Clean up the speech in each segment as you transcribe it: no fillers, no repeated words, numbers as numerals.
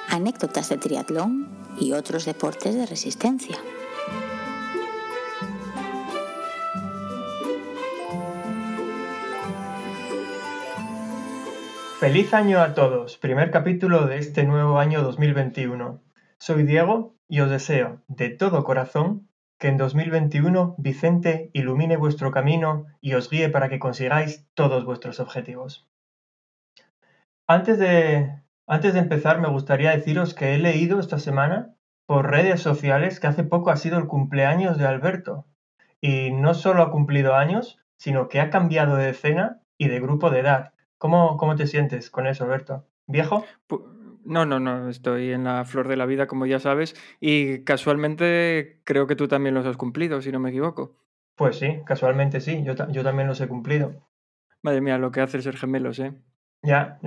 anécdotas de triatlón y otros deportes de resistencia. ¡Feliz año a todos! Primer capítulo de este nuevo año 2021. Soy Diego y os deseo, de todo corazón, que en 2021 Vicente ilumine vuestro camino y os guíe para que consigáis todos vuestros objetivos. Antes de empezar, me gustaría deciros que he leído esta semana por redes sociales que hace poco ha sido el cumpleaños de Alberto. Y no solo ha cumplido años, sino que ha cambiado de escena y de grupo de edad. ¿Cómo te sientes con eso, Alberto? ¿Viejo? No, estoy en la flor de la vida, como ya sabes, y casualmente creo que tú también los has cumplido, si no me equivoco. Pues sí, casualmente sí, yo también los he cumplido. Madre mía, lo que hace ser gemelos, ¿eh? Ya.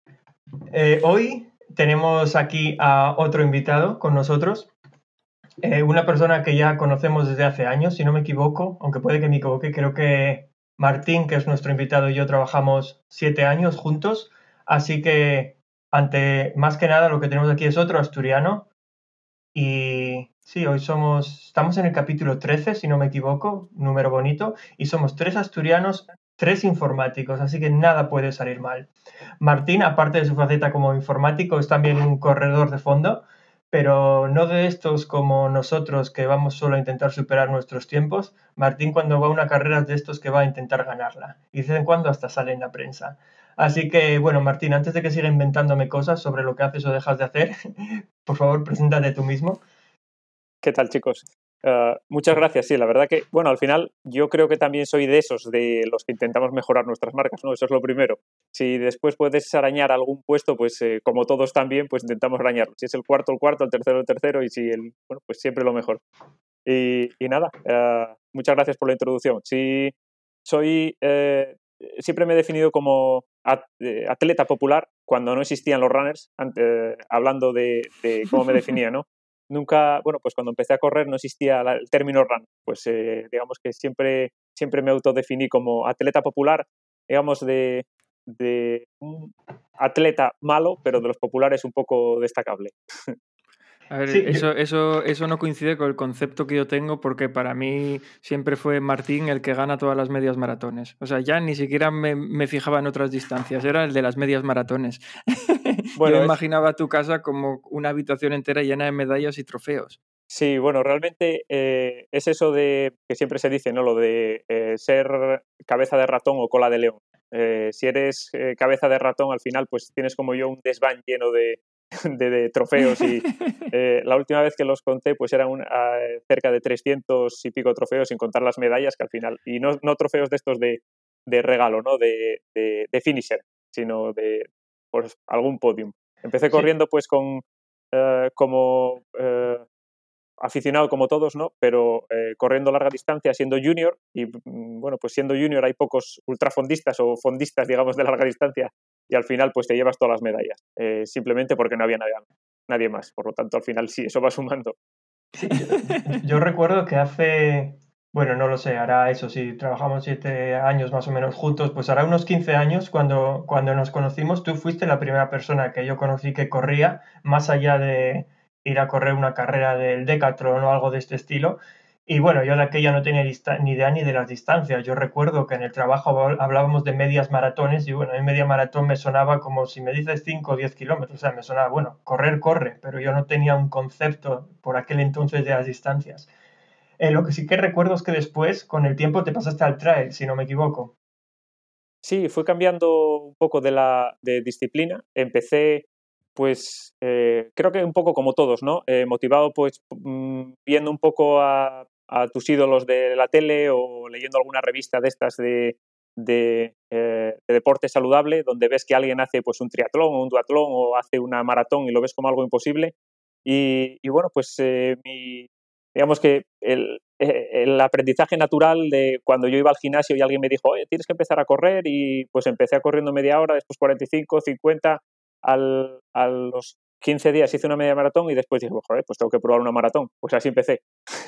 Hoy tenemos aquí a otro invitado con nosotros, una persona que ya conocemos desde hace años, si no me equivoco, aunque puede que me equivoque, creo que Martín, que es nuestro invitado, y yo trabajamos 7 años juntos, así que más que nada lo que tenemos aquí es otro asturiano. Y sí, hoy estamos en el capítulo 13, si no me equivoco, número bonito, y somos 3 asturianos, 3 informáticos, así que nada puede salir mal. Martín, aparte de su faceta como informático, es también un corredor de fondo, pero no de estos como nosotros que vamos solo a intentar superar nuestros tiempos. Martín, cuando va a una carrera es de estos que va a intentar ganarla, y de vez en cuando hasta sale en la prensa. Así que, bueno, Martín, antes de que siga inventándome cosas sobre lo que haces o dejas de hacer, por favor, preséntate tú mismo. ¿Qué tal, chicos? Muchas gracias. Sí, la verdad que, bueno, al final yo creo que también soy de esos, de los que intentamos mejorar nuestras marcas, ¿no? Eso es lo primero. Si después puedes arañar algún puesto, pues como todos también, pues intentamos arañarlo. Si es el cuarto, el tercero, y si bueno, pues siempre lo mejor. Y nada, muchas gracias por la introducción. Sí, siempre me he definido como atleta popular cuando no existían los runners, hablando de cómo me definía, ¿no? Nunca, bueno, pues cuando empecé a correr no existía el término run. Pues digamos que siempre me autodefiní como atleta popular, digamos, de un atleta malo, pero de los populares un poco destacable. A ver, Sí, eso no coincide con el concepto que yo tengo, porque para mí siempre fue Martín el que gana todas las medias maratones. O sea, ya ni siquiera me fijaba en otras distancias, era el de las medias maratones. Bueno, Yo imaginaba tu casa como una habitación entera llena de medallas y trofeos. Sí, bueno, realmente es eso de que siempre se dice, ¿no? Lo de ser cabeza de ratón o cola de león. Si eres cabeza de ratón, al final, pues tienes como yo un desván lleno de, de trofeos y la última vez que los conté, pues eran cerca de 300 y pico trofeos, sin contar las medallas, que al final, y no trofeos de estos de regalo, ¿no? De finisher, sino de pues, algún podium. Empecé corriendo pues como aficionado como todos, ¿no? Pero corriendo larga distancia siendo junior y bueno, pues siendo junior hay pocos ultrafondistas o fondistas, digamos, de larga distancia y al final pues te llevas todas las medallas, simplemente porque no había nadie más. Por lo tanto, al final sí, eso va sumando. sí, yo recuerdo que bueno, no lo sé, hará eso, si trabajamos 7 años más o menos juntos, pues hará unos 15 años cuando nos conocimos, tú fuiste la primera persona que yo conocí que corría, más allá de ir a correr una carrera del Decathlon o algo de este estilo. Y bueno, yo de aquella no tenía ni idea ni de las distancias. Yo recuerdo que en el trabajo hablábamos de medias maratones y bueno, en media maratón me sonaba como si me dices 5 o 10 kilómetros. O sea, me sonaba, bueno, corre, pero yo no tenía un concepto por aquel entonces de las distancias. Lo que sí que recuerdo es que después, con el tiempo, te pasaste al trail, si no me equivoco. Sí, fui cambiando un poco de disciplina. Empecé, pues, creo que un poco como todos, ¿no? Motivado, pues, viendo un poco a tus ídolos de la tele o leyendo alguna revista de estas de deporte saludable, donde ves que alguien hace, pues, un triatlón o un duatlón o hace una maratón y lo ves como algo imposible. Y bueno, pues, digamos que el aprendizaje natural de cuando yo iba al gimnasio y alguien me dijo, oye, tienes que empezar a correr y pues empecé a corriendo media hora, después 45, 50, a los 15 días hice una media maratón y después dije, joder, pues tengo que probar una maratón. Pues así empecé.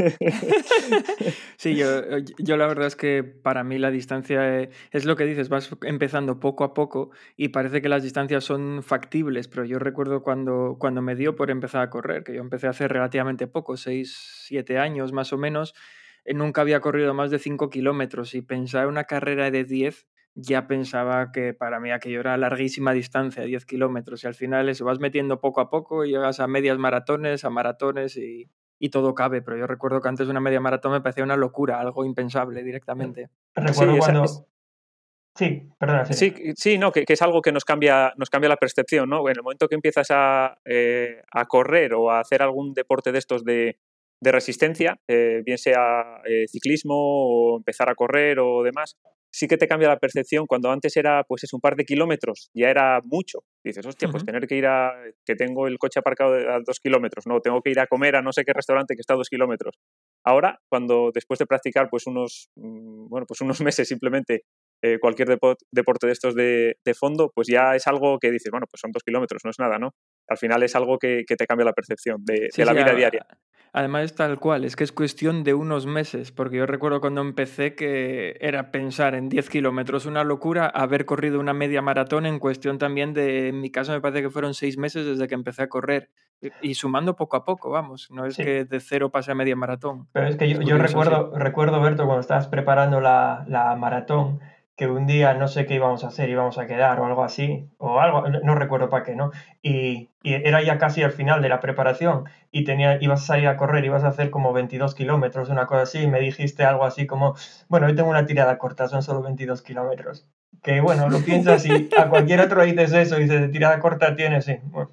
Sí, yo la verdad es que para mí la distancia es lo que dices, vas empezando poco a poco y parece que las distancias son factibles, pero yo recuerdo cuando me dio por empezar a correr, que yo empecé hace relativamente poco, 6, 7 años más o menos, nunca había corrido más de 5 kilómetros y pensar en una carrera de 10 ya pensaba que para mí aquello era larguísima distancia, 10 kilómetros, y al final eso vas metiendo poco a poco y llegas a medias maratones, a maratones y todo cabe, pero yo recuerdo que antes de una media maratón me parecía una locura, algo impensable directamente. Recuerdo Sí, cuando... Sí, perdona, sí, Fede. sí, no, que es algo que nos cambia la percepción, ¿no? En el momento que empiezas a correr o a hacer algún deporte de estos de resistencia, bien sea ciclismo o empezar a correr o demás, sí que te cambia la percepción. Cuando antes era, pues es un par de kilómetros, ya era mucho. Dices, hostia, pues tener que ir que tengo el coche aparcado a 2 kilómetros, no, tengo que ir a comer a no sé qué restaurante que está a 2 kilómetros. Ahora, cuando después de practicar pues unos meses simplemente cualquier deporte de estos de fondo, pues ya es algo que dices, bueno, pues son 2 kilómetros, no es nada, ¿no? Al final es algo que te cambia la percepción de Sí, la sí, vida diaria. además es tal cual, es que es cuestión de unos meses, porque yo recuerdo cuando empecé que era pensar en 10 kilómetros una locura, haber corrido una media maratón en cuestión también de, en mi caso me parece que fueron 6 meses desde que empecé a correr, y sumando poco a poco, vamos, no es Sí, que de cero pase a media maratón. pero es que Es yo curioso, sí. recuerdo, Berto, cuando estabas preparando la maratón, que un día no sé qué íbamos a hacer, íbamos a quedar o algo así, o algo, no recuerdo para qué, ¿no? Y era ya casi al final de la preparación y ibas a salir a correr, ibas a hacer como 22 kilómetros, una cosa así, y me dijiste algo así como, bueno, hoy tengo una tirada corta, son solo 22 kilómetros. Que bueno, lo piensas y a cualquier otro dices eso, y dices, de tirada corta tienes, sí. Bueno,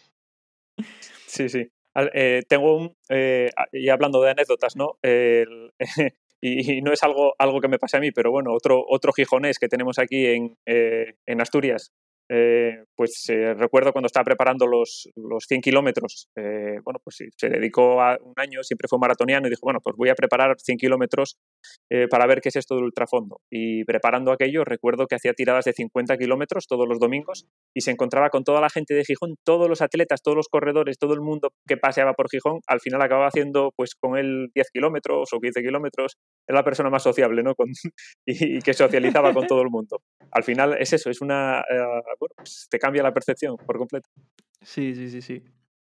Sí, sí. Tengo y hablando de anécdotas, ¿no? Y no es algo que me pase a mí, pero bueno, otro gijonés que tenemos aquí en Asturias, pues recuerdo cuando estaba preparando los 100 kilómetros, bueno, pues sí, se dedicó a un año, siempre fue maratoniano y dijo, bueno, pues voy a preparar 100 kilómetros para ver qué es esto del ultrafondo. Y preparando aquello, recuerdo que hacía tiradas de 50 kilómetros todos los domingos y se encontraba con toda la gente de Gijón, todos los atletas, todos los corredores, todo el mundo que paseaba por Gijón, al final acababa haciendo pues con él 10 kilómetros o 15 kilómetros. Era la persona más sociable, ¿no? Y que socializaba con todo el mundo. Al final es eso, es bueno, pues te cambia la percepción por completo. Sí, sí, sí, sí.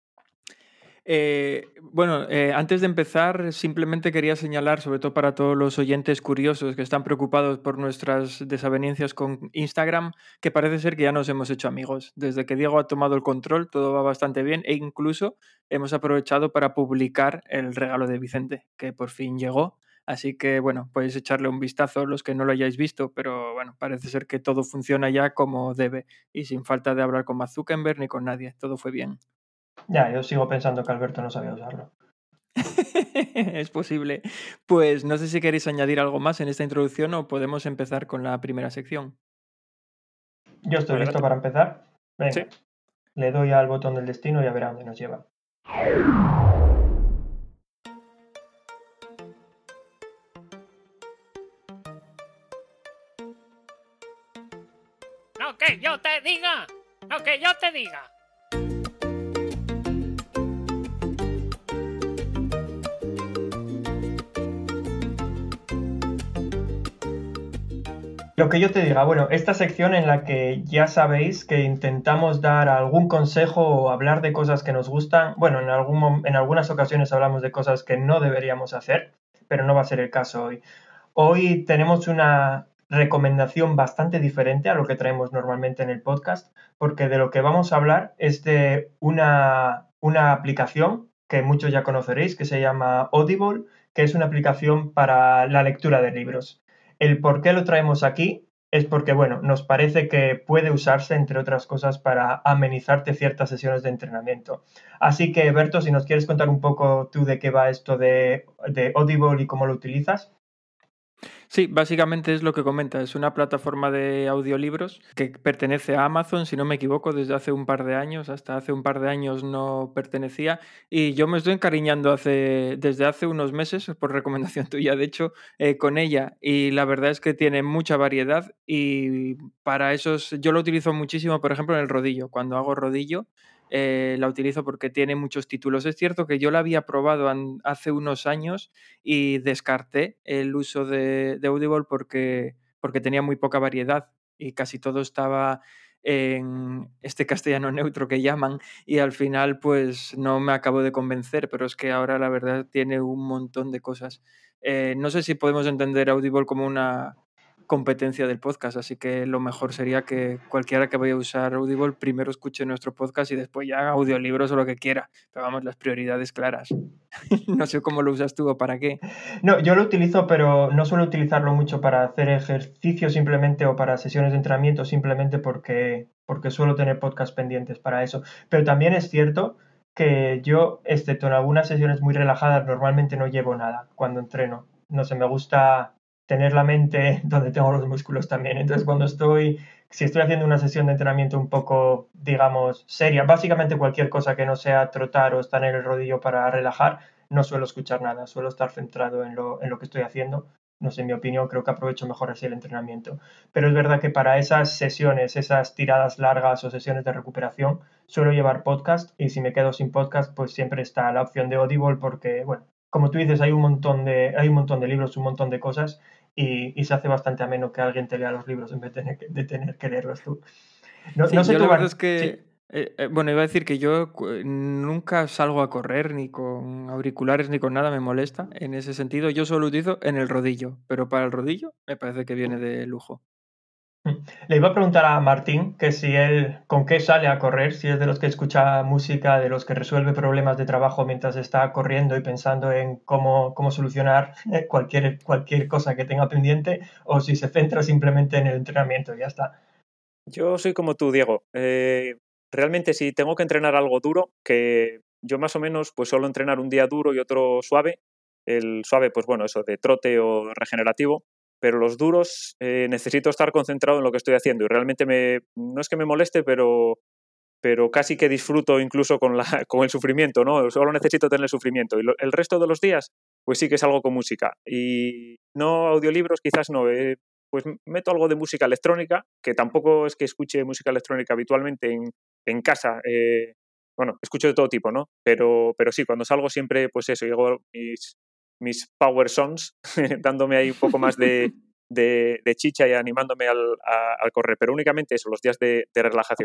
Bueno, antes de empezar, simplemente quería señalar, sobre todo para todos los oyentes curiosos que están preocupados por nuestras desavenencias con Instagram, que parece ser que ya nos hemos hecho amigos. Desde que Diego ha tomado el control, todo va bastante bien e incluso hemos aprovechado para publicar el regalo de Vicente, que por fin llegó. Así que, bueno, podéis echarle un vistazo los que no lo hayáis visto, pero bueno, parece ser que todo funciona ya como debe y sin falta de hablar con Mark Zuckerberg ni con nadie. Todo fue bien. ya, yo sigo pensando que Alberto no sabía usarlo. Es posible. Pues no sé si queréis añadir algo más en esta introducción o podemos empezar con la primera sección. Yo estoy listo Adelante. para empezar. Sí. Venga, le doy al botón del destino y a ver a dónde nos lleva. Lo que yo te diga. Lo que yo te diga. Lo que yo te diga, bueno, esta sección en la que ya sabéis que intentamos dar algún consejo o hablar de cosas que nos gustan. Bueno, en algunas ocasiones hablamos de cosas que no deberíamos hacer, pero no va a ser el caso hoy. Hoy tenemos una recomendación bastante diferente a lo que traemos normalmente en el podcast, porque de lo que vamos a hablar es de una aplicación que muchos ya conoceréis, que se llama Audible, que es una aplicación para la lectura de libros. El por qué lo traemos aquí es porque, bueno, nos parece que puede usarse, entre otras cosas, para amenizarte ciertas sesiones de entrenamiento. Así que, Berto, si nos quieres contar un poco tú de qué va esto de Audible y cómo lo utilizas. Sí, básicamente es lo que comenta. Es una plataforma de audiolibros que pertenece a Amazon, si no me equivoco, desde hace un par de años. Hasta hace un par de años no pertenecía. Y yo me estoy encariñando desde hace unos meses, por recomendación tuya, de hecho, con ella. Y la verdad es que tiene mucha variedad. Y para esos, yo lo utilizo muchísimo, por ejemplo, en el rodillo. Cuando hago rodillo, la utilizo porque tiene muchos títulos. Es cierto que yo la había probado hace unos años y descarté el uso de Audible porque tenía muy poca variedad y casi todo estaba en este castellano neutro que llaman, y al final pues no me acabo de convencer, pero es que ahora la verdad tiene un montón de cosas. No sé si podemos entender Audible como una competencia del podcast, así que lo mejor sería que cualquiera que vaya a usar Audible primero escuche nuestro podcast y después ya haga audiolibros o lo que quiera, pero vamos, las prioridades claras. No sé cómo lo usas tú o para qué. No, yo lo utilizo, pero no suelo utilizarlo mucho para hacer ejercicio simplemente o para sesiones de entrenamiento simplemente porque suelo tener podcasts pendientes para eso. Pero también es cierto que yo, excepto en algunas sesiones muy relajadas, normalmente no llevo nada cuando entreno. No sé, me gusta tener la mente donde tengo los músculos también. Entonces, si estoy haciendo una sesión de entrenamiento un poco, digamos, seria, básicamente cualquier cosa que no sea trotar o estar en el rodillo para relajar, no suelo escuchar nada, suelo estar centrado en lo que estoy haciendo. No sé, en mi opinión, creo que aprovecho mejor así el entrenamiento. Pero es verdad que para esas sesiones, esas tiradas largas o sesiones de recuperación, suelo llevar podcast, y si me quedo sin podcast, pues siempre está la opción de Audible porque, bueno, como tú dices, hay un montón de libros, un montón de cosas, y se hace bastante ameno que alguien te lea los libros en vez de tener que leerlos tú. No, Sí, no sé yo tú, la verdad es sí. que, bueno, iba a decir que yo nunca salgo a correr ni con auriculares ni con nada, me molesta en ese sentido. Yo solo utilizo en el rodillo, pero para el rodillo me parece que viene de lujo. Le iba a preguntar a Martín que si él con qué sale a correr, si es de los que escucha música, de los que resuelve problemas de trabajo mientras está corriendo y pensando en cómo solucionar cualquier cosa que tenga pendiente, o si se centra simplemente en el entrenamiento y ya está. Yo soy como tú, Diego. Realmente si tengo que entrenar algo duro, que yo más o menos pues suelo entrenar un día duro y otro suave. El suave, pues bueno, eso de trote o regenerativo, pero los duros necesito estar concentrado en lo que estoy haciendo y realmente no es que me moleste, pero casi que disfruto incluso con el sufrimiento, ¿no? Solo necesito tener sufrimiento. Y el resto de los días, pues sí que es algo con música. Y no audiolibros, quizás no. Pues meto algo de música electrónica, que tampoco es que escuche música electrónica habitualmente en casa. Bueno, escucho de todo tipo, ¿no? Pero sí, cuando salgo siempre, pues eso, llego mis power songs, dándome ahí un poco más de chicha y animándome al correr. Pero únicamente eso, los días de relajación.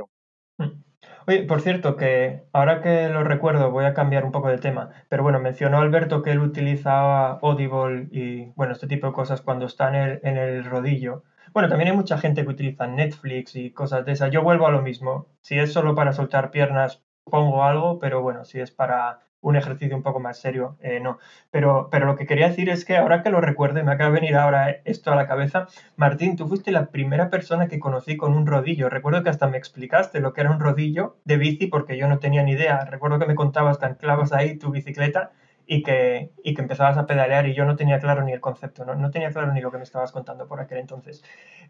Oye, por cierto, que ahora que lo recuerdo voy a cambiar un poco de tema, pero bueno, mencionó Alberto que él utilizaba Audible y bueno, este tipo de cosas cuando está en el rodillo. Bueno, también hay mucha gente que utiliza Netflix y cosas de esas. Yo vuelvo a lo mismo. Si es solo para soltar piernas, pongo algo, pero bueno, si es para un ejercicio un poco más serio, no. Pero lo que quería decir es que ahora que lo recuerdo, y me acaba de venir ahora esto a la cabeza, Martín, tú fuiste la primera persona que conocí con un rodillo. Recuerdo que hasta me explicaste lo que era un rodillo de bici porque yo no tenía ni idea. Recuerdo que me contabas que anclabas ahí tu bicicleta y que empezabas a pedalear y yo no tenía claro ni el concepto, no tenía claro ni lo que me estabas contando por aquel entonces.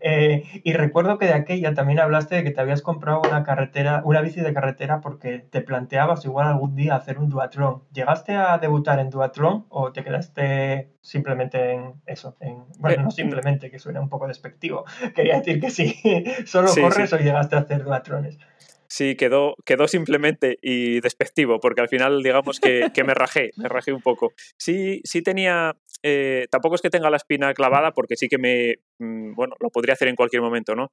Y recuerdo que de aquella también hablaste de que te habías comprado una bici de carretera porque te planteabas igual algún día hacer un duatlón. ¿Llegaste a debutar en duatlón o te quedaste simplemente en eso? Bueno, no simplemente, que suena un poco despectivo. Quería decir que sí, solo Sí, corres sí. o llegaste a hacer duatlones. Sí, quedó simplemente y despectivo, porque al final digamos que me rajé un poco. Sí tenía, tampoco es que tenga la espina clavada, porque sí que bueno, lo podría hacer en cualquier momento, ¿no?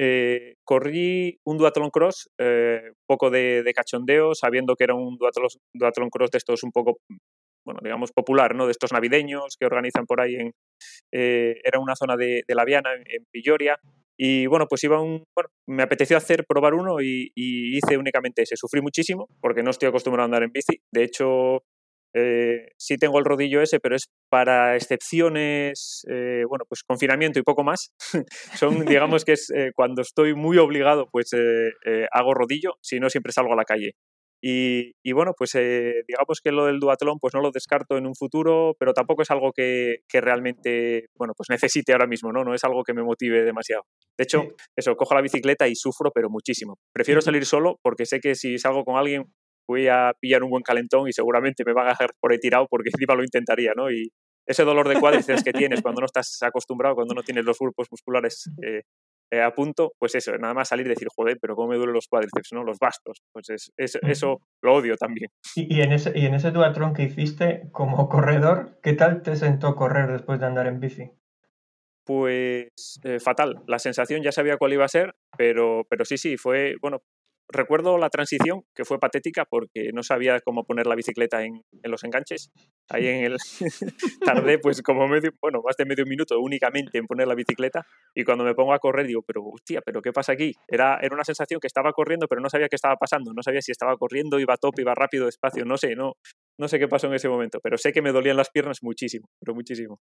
Corrí un duatlón cross, un poco de cachondeo, sabiendo que era un duatlón cross de estos un poco, bueno, digamos, popular, ¿no? De estos navideños que organizan por ahí era una zona de La Viana, en Villoria. Y bueno, pues bueno, me apeteció probar uno y hice únicamente ese. Sufrí muchísimo porque no estoy acostumbrado a andar en bici. De hecho, sí tengo el rodillo ese, pero es para excepciones, bueno, pues confinamiento y poco más. Digamos que es cuando estoy muy obligado, pues hago rodillo, si no siempre salgo a la calle. Y bueno, pues digamos que lo del duatlón pues no lo descarto en un futuro, pero tampoco es algo que realmente, bueno, pues necesite ahora mismo, ¿no? No es algo que me motive demasiado. De hecho, eso, cojo la bicicleta y sufro, pero muchísimo. Prefiero salir solo porque sé que si salgo con alguien voy a pillar un buen calentón y seguramente me van a dejar por ahí tirado porque encima lo intentaría, ¿no? Y ese dolor de cuádriceps que tienes cuando no estás acostumbrado, cuando no tienes los grupos musculares a punto, pues eso, nada más salir y decir, joder, pero cómo me duelen los cuádriceps, ¿no? Los bastos. Pues eso lo odio también. Y en ese duatlón que hiciste como corredor, ¿qué tal te sentó correr después de andar en bici? Pues fatal. La sensación ya sabía cuál iba a ser, pero sí, fue, bueno, recuerdo la transición, que fue patética porque no sabía cómo poner la bicicleta en los enganches. Ahí tardé pues como más de medio minuto únicamente en poner la bicicleta, y cuando me pongo a correr digo, pero hostia, ¿pero qué pasa aquí? Era una sensación que estaba corriendo, pero no sabía qué estaba pasando, no sabía si estaba corriendo, iba a tope, iba rápido, despacio, no sé qué pasó en ese momento, pero sé que me dolían las piernas muchísimo, pero muchísimo.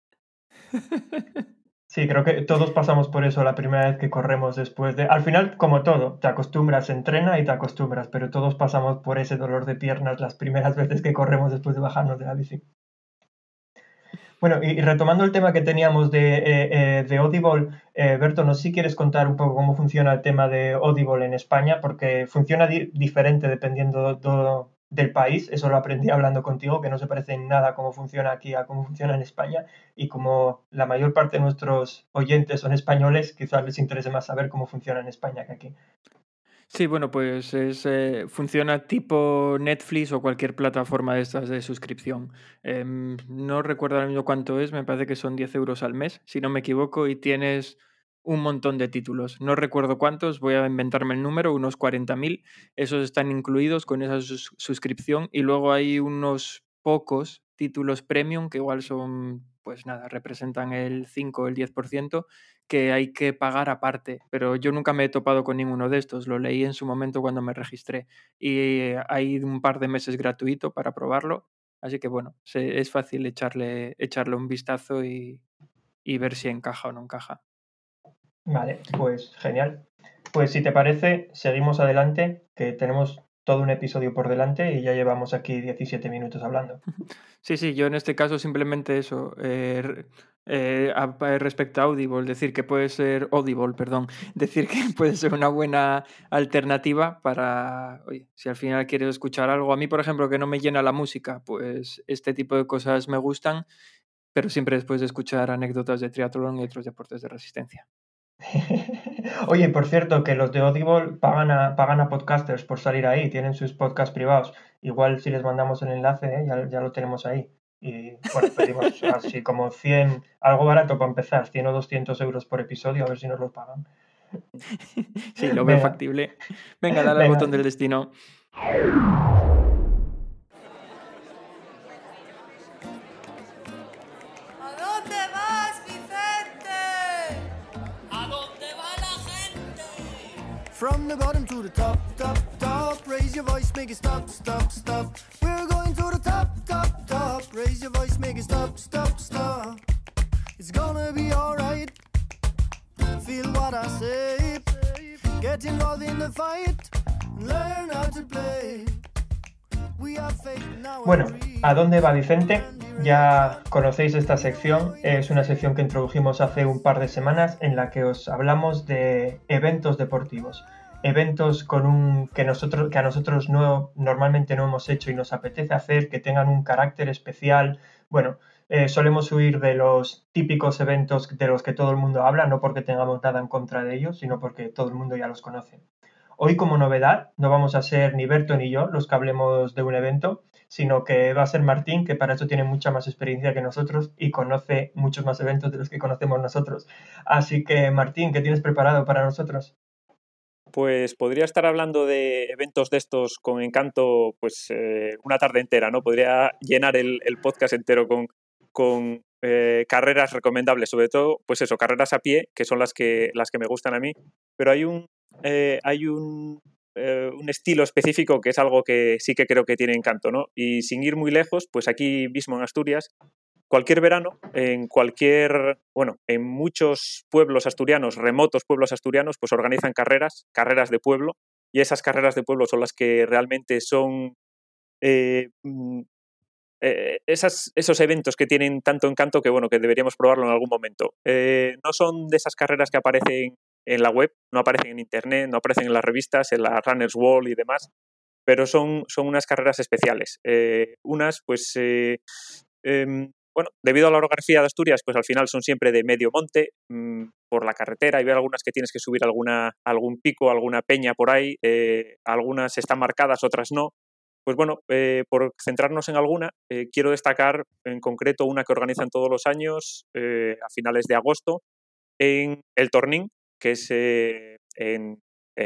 Sí, creo que todos pasamos por eso la primera vez que corremos después de... Al final, como todo, te acostumbras, se entrena y te acostumbras, pero todos pasamos por ese dolor de piernas las primeras veces que corremos después de bajarnos de la bici. Bueno, y retomando el tema que teníamos de Audible, Berto, no sé si quieres contar un poco cómo funciona el tema de Audible en España, porque funciona diferente dependiendo del país. Eso lo aprendí hablando contigo, que no se parece en nada cómo funciona aquí a cómo funciona en España. Y como la mayor parte de nuestros oyentes son españoles, quizás les interese más saber cómo funciona en España que aquí. Sí, bueno, pues funciona tipo Netflix o cualquier plataforma de estas de suscripción. No recuerdo ahora mismo cuánto es, me parece que son 10 euros al mes, si no me equivoco, y tienes un montón de títulos. No recuerdo cuántos, voy a inventarme el número, unos 40.000. Esos están incluidos con esa suscripción, y luego hay unos pocos títulos premium que igual son, pues nada, representan el 5 o el 10%, que hay que pagar aparte, pero yo nunca me he topado con ninguno de estos, lo leí en su momento cuando me registré, y hay un par de meses gratuito para probarlo, así que bueno, es fácil echarle un vistazo y ver si encaja o no encaja. Vale, pues genial. Pues si te parece, seguimos adelante, que tenemos todo un episodio por delante y ya llevamos aquí 17 minutos hablando. Sí, yo en este caso simplemente eso, respecto a Audible, decir que puede ser decir que puede ser una buena alternativa para, oye, si al final quieres escuchar algo. A mí, por ejemplo, que no me llena la música, pues este tipo de cosas me gustan, pero siempre después de escuchar anécdotas de triatlón y otros deportes de resistencia. Oye, por cierto, que los de Audible pagan a podcasters por salir ahí, tienen sus podcasts privados. Igual si les mandamos el enlace, ya lo tenemos ahí. Y bueno, pedimos así como 100, algo barato para empezar, 100 o 200 euros por episodio, a ver si nos lo pagan. Sí, lo veo Venga, factible. Venga, dale al venga. botón del destino. ¿A dónde vas, Vicente? ¿A dónde va la gente? From the bottom to the top, top, top. Raise your voice, make it stop, stop, stop. We're going to the top, top, top. Raise your voice, make it stop, stop, stop. It's gonna be alright. Feel what I say. Get involved in the fight. Learn how to play. We have faith now. Bueno, ¿a dónde va Vicente? Ya conocéis esta sección, es una sección que introdujimos hace un par de semanas en la que os hablamos de eventos deportivos. Eventos que a nosotros normalmente no hemos hecho y nos apetece hacer, que tengan un carácter especial. Bueno, solemos huir de los típicos eventos de los que todo el mundo habla, no porque tengamos nada en contra de ellos, sino porque todo el mundo ya los conoce. Hoy, como novedad, no vamos a ser ni Berto ni yo los que hablemos de un evento, sino que va a ser Martín, que para eso tiene mucha más experiencia que nosotros y conoce muchos más eventos de los que conocemos nosotros. Así que, Martín, ¿qué tienes preparado para nosotros? Pues podría estar hablando de eventos de estos con Encanto pues una tarde entera, ¿no? Podría llenar el podcast entero con carreras recomendables, sobre todo, pues eso, carreras a pie, que son las que me gustan a mí, pero hay un estilo específico que es algo que sí que creo que tiene Encanto, ¿no? Y sin ir muy lejos, pues aquí mismo en Asturias, cualquier verano, en muchos pueblos asturianos, remotos pueblos asturianos, pues organizan carreras de pueblo, y esas carreras de pueblo son las que realmente son esos eventos que tienen tanto encanto que, bueno, que deberíamos probarlo en algún momento. No son de esas carreras que aparecen en la web, no aparecen en internet, no aparecen en las revistas, en la Runner's World y demás, pero son unas carreras especiales. Unas, pues, debido a la orografía de Asturias, pues al final son siempre de medio monte, por la carretera, y ver algunas que tienes que subir algún pico, alguna peña por ahí, algunas están marcadas, otras no. Pues bueno, por centrarnos en alguna, quiero destacar en concreto una que organizan todos los años a finales de agosto en el Tornín, que es en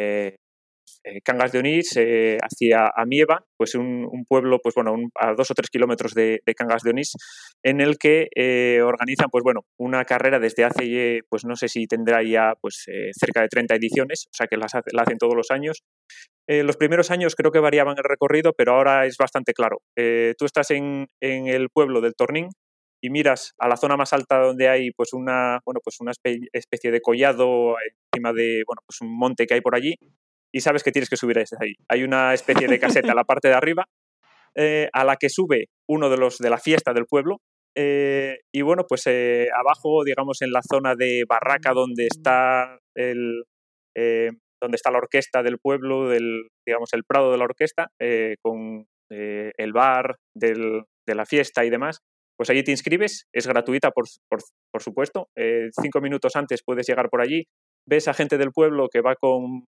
Cangas de Onís, hacia Amieva, pues un pueblo, pues bueno, a 2 o 3 kilómetros de Cangas de Onís, en el que organizan, pues bueno, una carrera desde hace, pues no sé si tendrá ya pues cerca de 30 ediciones, o sea que la hacen todos los años. Los primeros años creo que variaban el recorrido, pero ahora es bastante claro. Tú estás en el pueblo del Tornín y miras a la zona más alta donde hay pues una especie de collado encima de pues un monte que hay por allí, y sabes que tienes que subir desde ahí. Hay una especie de caseta a la parte de arriba a la que sube uno de los de la fiesta del pueblo, y bueno, pues abajo, digamos, en la zona de barraca donde está donde está la orquesta del pueblo, digamos, el prado de la orquesta, con el bar de la fiesta y demás, pues allí te inscribes, es gratuita, por supuesto. 5 minutos antes puedes llegar por allí, ves a gente del pueblo que va con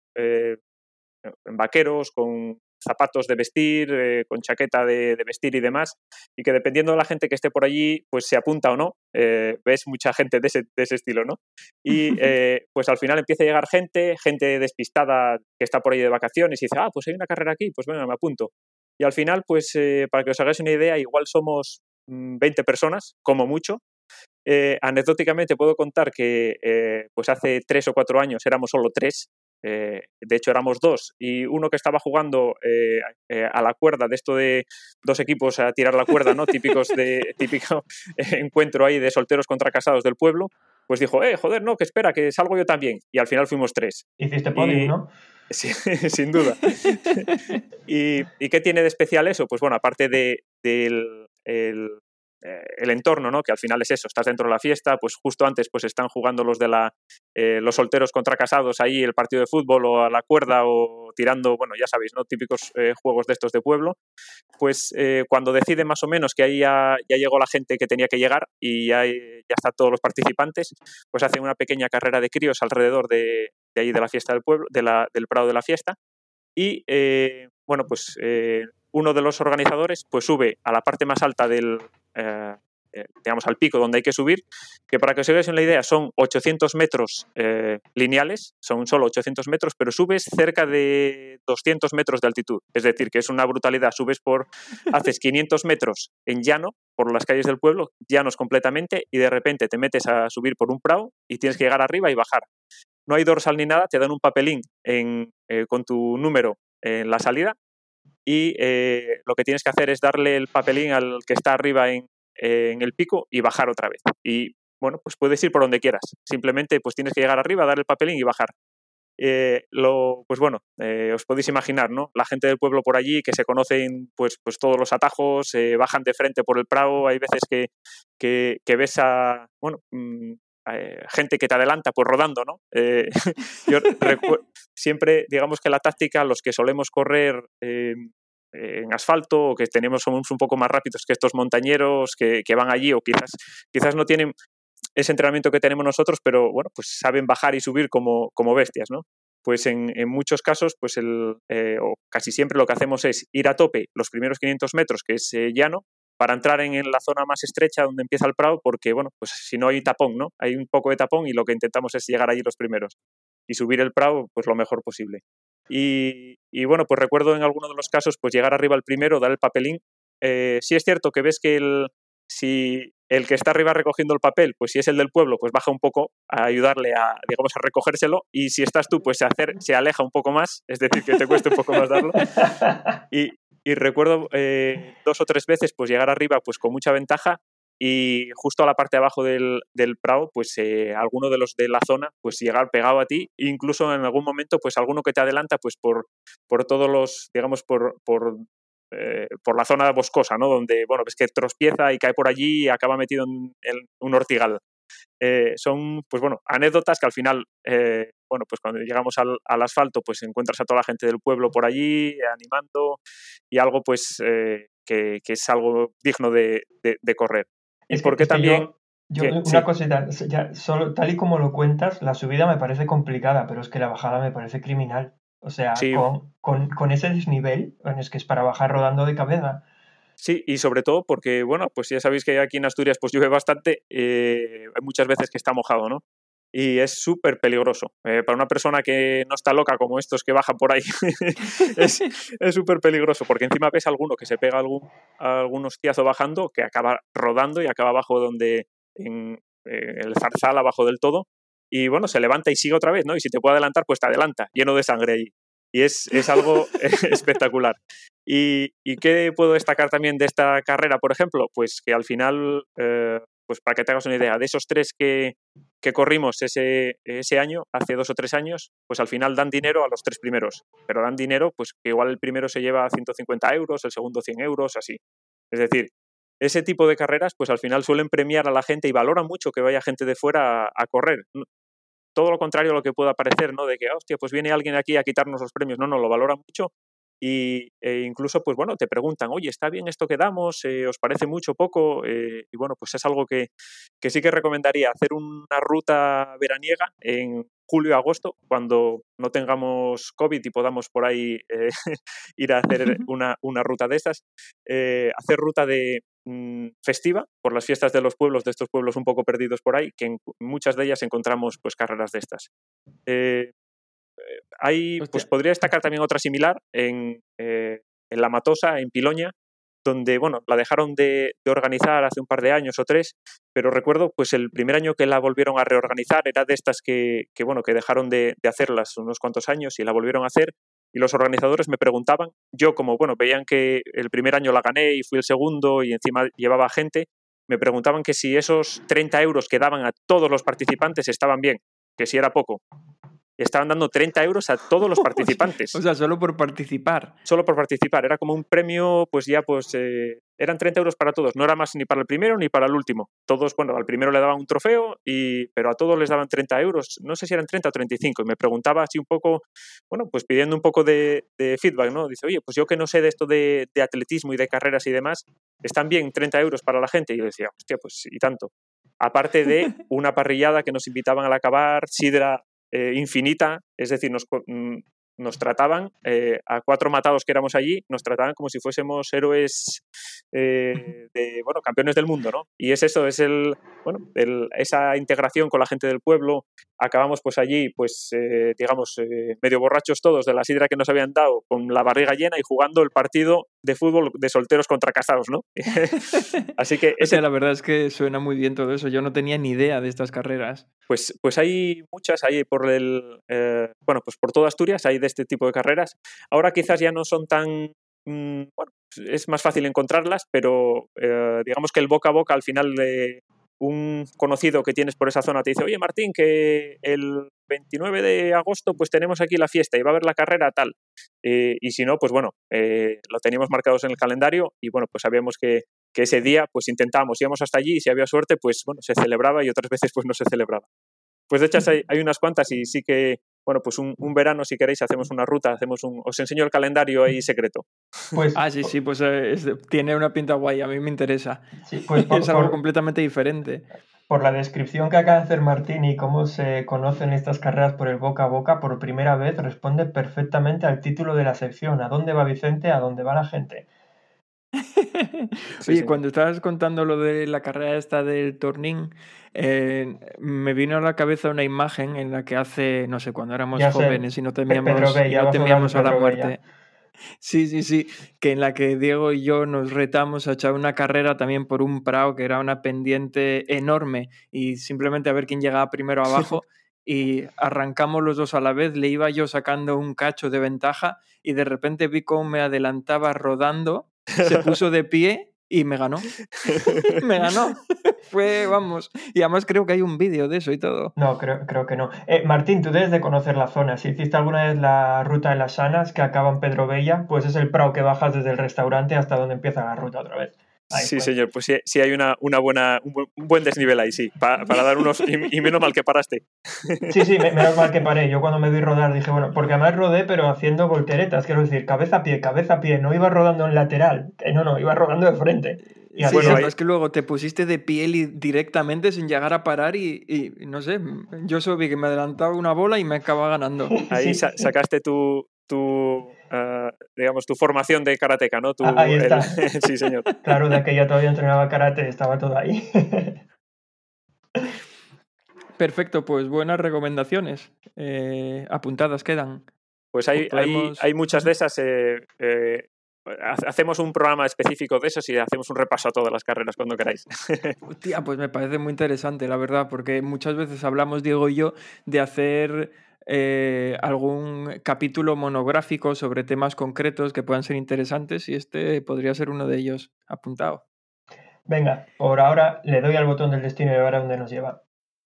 vaqueros, con zapatos de vestir, con chaqueta de vestir y demás, y que dependiendo de la gente que esté por allí, pues se apunta o no. Ves mucha gente de ese estilo, ¿no? Y pues al final empieza a llegar gente despistada que está por ahí de vacaciones y dice, pues hay una carrera aquí, pues venga, me apunto. Y al final, pues para que os hagáis una idea, igual somos 20 personas, como mucho. Anecdóticamente puedo contar que pues hace 3 o 4 años éramos solo 3. De hecho éramos 2 y uno que estaba jugando a la cuerda, de esto de 2 equipos a tirar la cuerda, ¿no? Típico encuentro ahí de solteros contra casados del pueblo, pues dijo, joder, no, que espera, que salgo yo también. Y al final fuimos 3. Hiciste podium, ¿no? Sí, sin duda. ¿Y qué tiene de especial eso? Pues bueno, aparte del entorno, ¿no? Que al final es eso, estás dentro de la fiesta, pues justo antes pues están jugando los los solteros contra casados ahí el partido de fútbol o a la cuerda o tirando, bueno, ya sabéis, ¿no? Típicos juegos de estos de pueblo. Pues cuando deciden más o menos que ahí ya llegó la gente que tenía que llegar y ya están todos los participantes, pues hacen una pequeña carrera de críos alrededor de ahí de la fiesta del pueblo, del prado de la fiesta, y bueno, pues uno de los organizadores pues sube a la parte más alta digamos al pico donde hay que subir, que para que os hagáis una idea son 800 metros lineales, son solo 800 metros, pero subes cerca de 200 metros de altitud, es decir, que es una brutalidad, haces 500 metros en llano, por las calles del pueblo, llanos completamente, y de repente te metes a subir por un prado y tienes que llegar arriba y bajar. No hay dorsal ni nada, te dan un papelín con tu número en la salida, y lo que tienes que hacer es darle el papelín al que está arriba en el pico y bajar otra vez. Y bueno, pues puedes ir por donde quieras. Simplemente pues tienes que llegar arriba, dar el papelín y bajar. Pues bueno, os podéis imaginar, ¿no? La gente del pueblo por allí que se conocen pues todos los atajos, bajan de frente por el prado. Hay veces que ves a gente que te adelanta pues rodando, ¿no? Yo siempre, digamos que la táctica, los que solemos correr en asfalto o que somos un poco más rápidos que estos montañeros que van allí o quizás no tienen ese entrenamiento que tenemos nosotros, pero bueno, pues saben bajar y subir como bestias, ¿no? Pues en muchos casos, pues o casi siempre lo que hacemos es ir a tope los primeros 500 metros, que es llano, para entrar en la zona más estrecha donde empieza el prado, porque bueno, pues si no hay tapón, ¿no? Hay un poco de tapón y lo que intentamos es llegar allí los primeros y subir el prado pues lo mejor posible. Y bueno, pues recuerdo en alguno de los casos pues llegar arriba el primero, dar el papelín. Sí es cierto que ves que si el que está arriba recogiendo el papel, pues si es el del pueblo, pues baja un poco a ayudarle a recogérselo, y si estás tú, pues se aleja un poco más, es decir, que te cuesta un poco más darlo. Y recuerdo 2 o 3 veces pues llegar arriba pues con mucha ventaja, y justo a la parte de abajo del prado, pues alguno de los de la zona, pues llegar pegado a ti, e incluso en algún momento, pues alguno que te adelanta, pues por todos los, digamos, por la zona boscosa, ¿no? Donde, bueno, ves que tropieza y cae por allí y acaba metido en un ortigal. Son, pues bueno, anécdotas que al final, bueno, pues cuando llegamos al asfalto, pues encuentras a toda la gente del pueblo por allí animando, y algo, pues, que es algo digno de correr. ¿Y por qué también? Una Sí. cosita, ya solo tal y como lo cuentas, la subida me parece complicada, pero es que la bajada me parece criminal. O sea, Sí, con ese desnivel, bueno, es que es para bajar rodando de cabeza. sí, y sobre todo porque, bueno, pues ya sabéis que aquí en Asturias pues llueve bastante, hay muchas veces que está mojado, ¿no? Y es súper peligroso. Para una persona que no está loca como estos que bajan por ahí, es súper peligroso, porque encima ves alguno que se pega algún hostiazo bajando, que acaba rodando y acaba abajo en el zarzal, abajo del todo, y bueno, se levanta y sigue otra vez, ¿no? Y si te puede adelantar, pues te adelanta, lleno de sangre ahí. Y es algo espectacular. ¿Y qué puedo destacar también de esta carrera, por ejemplo? Pues que al final, pues para que te hagas una idea, de esos 3 que corrimos ese año, hace 2 o 3 años, pues al final dan dinero a los 3 primeros. Pero dan dinero, pues que igual el primero se lleva 150 euros, el segundo 100 euros, así. Es decir, ese tipo de carreras, pues al final suelen premiar a la gente y valoran mucho que vaya gente de fuera a correr. Todo lo contrario a lo que pueda parecer, ¿no? De que, hostia, pues viene alguien aquí a quitarnos los premios. No, lo valoran mucho e incluso, pues bueno, te preguntan, oye, ¿está bien esto que damos? ¿Os parece mucho, poco? Y bueno, pues es algo que sí que recomendaría, hacer una ruta veraniega en julio y agosto, cuando no tengamos COVID y podamos por ahí ir a hacer una ruta de estas. Hacer ruta de festiva por las fiestas de los pueblos, de estos pueblos un poco perdidos por ahí, que en muchas de ellas encontramos pues carreras de estas. Pues podría destacar también otra similar en La Matosa, en Piloña, donde, bueno, la dejaron de organizar hace un par de años o 3, pero recuerdo, pues el primer año que la volvieron a reorganizar era de estas que dejaron de hacerlas unos cuantos años y la volvieron a hacer, y los organizadores me preguntaban, yo como, bueno, veían que el primer año la gané y fui el segundo y encima llevaba gente, me preguntaban que si esos 30 euros que daban a todos los participantes estaban bien, que si era poco. Estaban dando 30 euros a todos los participantes. O sea, solo por participar. Solo por participar. Era como un premio, pues ya, pues eran 30 euros para todos. No era más ni para el primero ni para el último. Todos, bueno, al primero le daban un trofeo, pero a todos les daban 30 euros. No sé si eran 30 o 35. Y me preguntaba así un poco, bueno, pues pidiendo un poco de feedback, ¿no? Dice, oye, pues yo que no sé de esto de atletismo y de carreras y demás, ¿están bien 30 euros para la gente? Y yo decía, hostia, pues y tanto. Aparte de una parrillada que nos invitaban al acabar, sidra infinita, es decir, nos trataban, a 4 matados que éramos allí, nos trataban como si fuésemos héroes campeones del mundo, ¿no? Y es eso, es esa integración con la gente del pueblo. Acabamos pues allí, pues medio borrachos todos de la sidra que nos habían dado, con la barriga llena y jugando el partido de fútbol de solteros contra casados, ¿no? Así que la verdad es que suena muy bien todo eso. Yo no tenía ni idea de estas carreras. Pues hay muchas, hay pues por toda Asturias hay de este tipo de carreras. Ahora quizás ya no son tan, es más fácil encontrarlas, pero digamos que el boca a boca al final de un conocido que tienes por esa zona te dice, oye Martín, que el 29 de agosto pues tenemos aquí la fiesta y va a haber la carrera tal. Y si no, pues bueno, lo teníamos marcados en el calendario y bueno, pues sabíamos que ese día pues íbamos hasta allí y si había suerte pues bueno, se celebraba y otras veces pues no se celebraba. Pues de hecho hay unas cuantas y sí que, bueno, pues un verano si queréis hacemos una ruta, os enseño el calendario ahí secreto. Pues, sí, pues tiene una pinta guay, a mí me interesa. Sí, pues es algo completamente diferente. Por la descripción que acaba de hacer Martín y cómo se conocen estas carreras por el boca a boca, por primera vez responde perfectamente al título de la sección. ¿A dónde va Vicente? ¿A dónde va la gente? Oye, cuando estabas contando lo de la carrera esta del Tornín, me vino a la cabeza una imagen en la que hace, no sé, cuando éramos jóvenes y no temíamos a la muerte. Sí, que en la que Diego y yo nos retamos a echar una carrera también por un prado que era una pendiente enorme y simplemente a ver quién llegaba primero abajo y arrancamos los dos a la vez, le iba yo sacando un cacho de ventaja y de repente vi cómo me adelantaba rodando, se puso de pie y me ganó. Me ganó. Fue, vamos. Y además creo que hay un vídeo de eso y todo. No, creo que no. Martín, tú debes de conocer la zona. Si hiciste alguna vez la ruta de las Sanas que acaba en Pedro Bella, pues es el prado que bajas desde el restaurante hasta donde empieza la ruta otra vez. Ahí Sí, fue. señor, pues sí hay un buen desnivel ahí, sí, para dar unos... Y menos mal que paraste. Sí, menos mal que paré. Yo cuando me vi rodar dije, bueno, porque además rodé, pero haciendo volteretas, quiero decir, cabeza a pie, no iba rodando en lateral, no, iba rodando de frente. Y Sí, así Bueno, lo que ahí- pasa es que luego te pusiste de piel y directamente sin llegar a parar y no sé, yo solo vi que me adelantaba una bola y me acababa ganando. Ahí sí, sacaste digamos, tu formación de karateca, ¿no? ahí está. Sí, señor. Claro, de aquella todavía entrenaba karate, estaba todo ahí. Perfecto, pues buenas recomendaciones. Apuntadas quedan. Pues Podemos... hay muchas de esas. Hacemos un programa específico de esos y hacemos un repaso a todas las carreras cuando queráis. Tía, pues me parece muy interesante, la verdad, porque muchas veces hablamos, Diego y yo, de hacer algún capítulo monográfico sobre temas concretos que puedan ser interesantes y este podría ser uno de ellos. Apuntado. Venga, por ahora le doy al botón del destino y a ver a dónde nos lleva.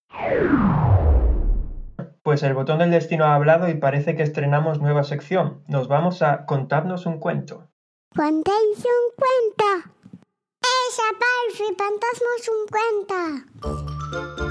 Pues el botón del destino ha hablado y parece que estrenamos nueva sección. Nos vamos a contarnos un cuento. ¡Contéis un cuento! ¡Esa Palfi, fantasmas un cuento!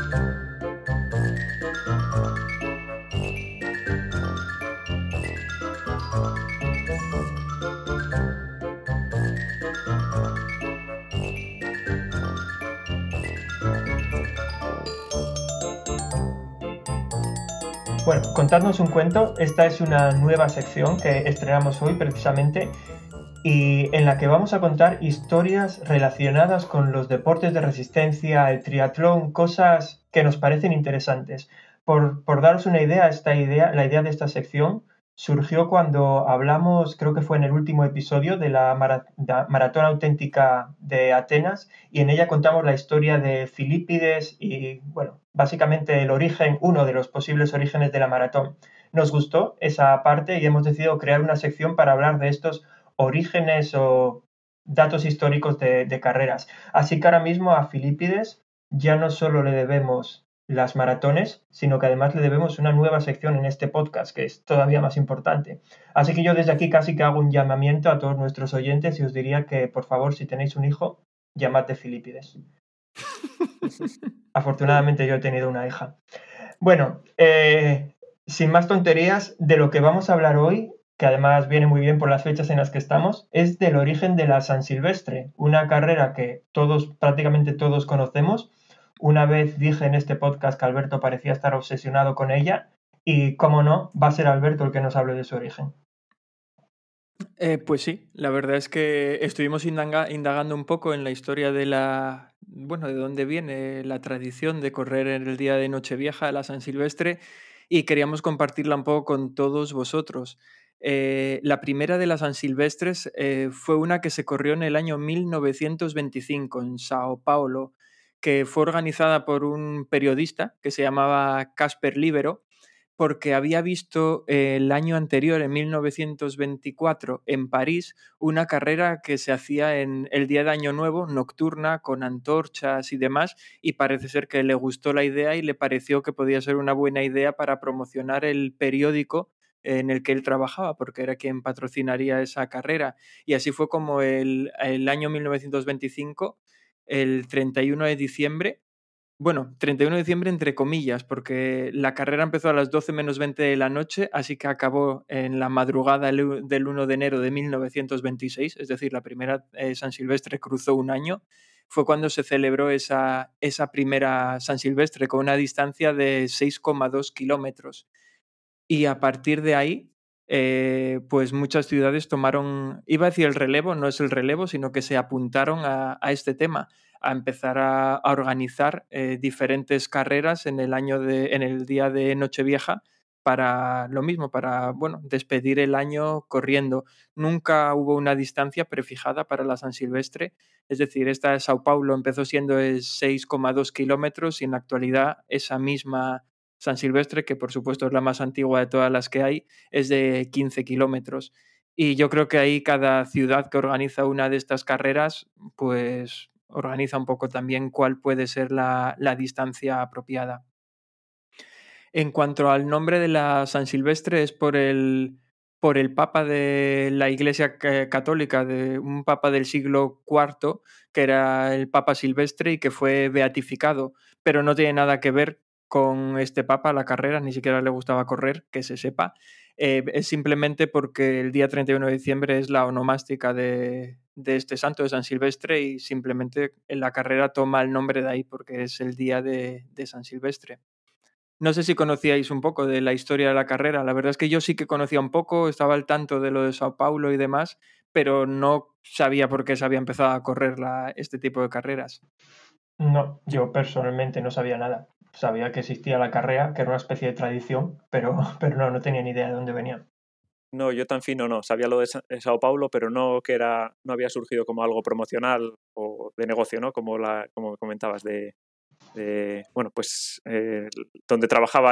Bueno, contadnos un cuento. Esta es una nueva sección que estrenamos hoy precisamente y en la que vamos a contar historias relacionadas con los deportes de resistencia, el triatlón, cosas que nos parecen interesantes. Por daros una idea, la idea de esta sección surgió cuando hablamos, creo que fue en el último episodio de la Maratón Auténtica de Atenas, y en ella contamos la historia de Filipides y, bueno, básicamente el origen, uno de los posibles orígenes de la maratón. Nos gustó esa parte y hemos decidido crear una sección para hablar de estos orígenes o datos históricos de carreras. Así que ahora mismo a Filipides ya no solo le debemos las maratones, sino que además le debemos una nueva sección en este podcast, que es todavía más importante. Así que yo desde aquí casi que hago un llamamiento a todos nuestros oyentes y os diría que, por favor, si tenéis un hijo, llamadle Filipides. Afortunadamente yo he tenido una hija. Bueno, sin más tonterías, de lo que vamos a hablar hoy, que además viene muy bien por las fechas en las que estamos, es del origen de la San Silvestre, una carrera que prácticamente todos conocemos. Una vez dije en este podcast que Alberto parecía estar obsesionado con ella y, cómo no, va a ser Alberto el que nos hable de su origen. Pues sí, la verdad es que estuvimos indagando un poco en la historia de de dónde viene la tradición de correr en el día de Nochevieja, la San Silvestre, y queríamos compartirla un poco con todos vosotros. La primera de las San Silvestres fue una que se corrió en el año 1925 en Sao Paulo, que fue organizada por un periodista que se llamaba Casper Libero, porque había visto el año anterior, en 1924, en París, una carrera que se hacía en el día de Año Nuevo, nocturna, con antorchas y demás, y parece ser que le gustó la idea y le pareció que podía ser una buena idea para promocionar el periódico en el que él trabajaba, porque era quien patrocinaría esa carrera. Y así fue como el año 1925, el 31 de diciembre, bueno, 31 de diciembre entre comillas, porque la carrera empezó a las 12 menos 20 de la noche, así que acabó en la madrugada del 1 de enero de 1926, es decir, la primera San Silvestre cruzó un año. Fue cuando se celebró esa primera San Silvestre con una distancia de 6,2 kilómetros. Y a partir de ahí, pues muchas ciudades tomaron, iba a decir el relevo, no es el relevo, sino que se apuntaron a este tema, a empezar a organizar diferentes carreras en el día de Nochevieja para lo mismo, para despedir el año corriendo. Nunca hubo una distancia prefijada para la San Silvestre, es decir, esta de Sao Paulo empezó siendo de 6,2 kilómetros y en la actualidad esa misma San Silvestre, que por supuesto es la más antigua de todas las que hay, es de 15 kilómetros. Y yo creo que ahí cada ciudad que organiza una de estas carreras, pues organiza un poco también cuál puede ser la distancia apropiada. En cuanto al nombre de la San Silvestre, es por el por el papa de la Iglesia Católica, de un papa del siglo IV, que era el Papa Silvestre y que fue beatificado, pero no tiene nada que ver con este papa, la carrera, ni siquiera le gustaba correr, que se sepa. Es simplemente porque el día 31 de diciembre es la onomástica de este santo, de San Silvestre, y simplemente la carrera toma el nombre de ahí porque es el día de San Silvestre. No sé si conocíais un poco de la historia de la carrera. La verdad es que yo sí que conocía un poco, estaba al tanto de lo de Sao Paulo y demás, pero no sabía por qué se había empezado a correr este tipo de carreras. No, yo personalmente no sabía nada. Sabía que existía la carrera, que era una especie de tradición, pero no tenía ni idea de dónde venía. No, yo tan fino no. Sabía lo de Sao Paulo, pero no había surgido como algo promocional o de negocio, ¿no? Como comentabas bueno, pues donde trabajaba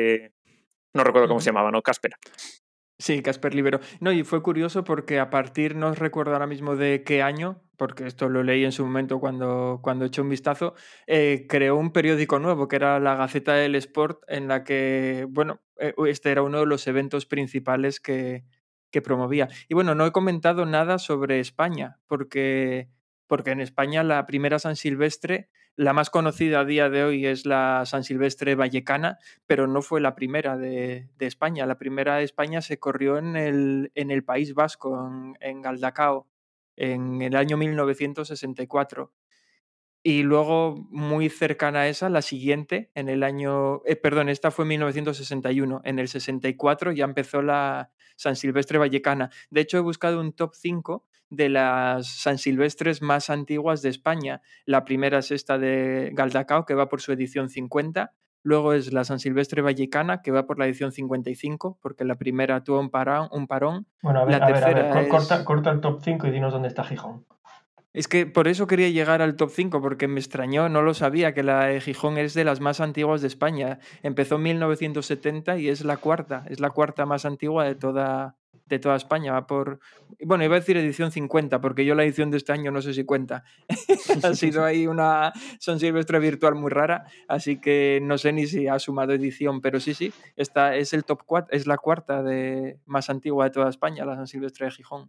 no recuerdo cómo se llamaba, ¿no? Casper. Sí, Casper Libero. No, y fue curioso porque a partir, no recuerdo ahora mismo de qué año, porque esto lo leí en su momento cuando eché un vistazo, creó un periódico nuevo que era la Gaceta del Sport, en la que, bueno, este era uno de los eventos principales que promovía. Y bueno, no he comentado nada sobre España, porque en España la primera San Silvestre, la más conocida a día de hoy es la San Silvestre vallecana, pero no fue la primera de España. La primera de España se corrió en el País Vasco, en Galdacao, en el año 1964. Y luego, muy cercana a esa, la siguiente, en el año... esta fue en 1961. En el 64 ya empezó la San Silvestre vallecana. De hecho, he buscado un top 5 de las San Silvestres más antiguas de España. La primera es esta de Galdacao, que va por su edición 50. Luego es la San Silvestre vallecana, que va por la edición 55, porque la primera tuvo un parón. Bueno, a ver, La tercera corta el top 5 y dinos dónde está Gijón. Es que por eso quería llegar al top 5, porque me extrañó, no lo sabía, que la de Gijón es de las más antiguas de España. Empezó en 1970 y es la cuarta más antigua de toda España. Va por, bueno, iba a decir edición 50, porque yo la edición de este año no sé si cuenta. Ha sido ahí una San Silvestre virtual muy rara, así que no sé ni si ha sumado edición, pero sí, esta es el top 4, es la cuarta más antigua de toda España, la San Silvestre de Gijón.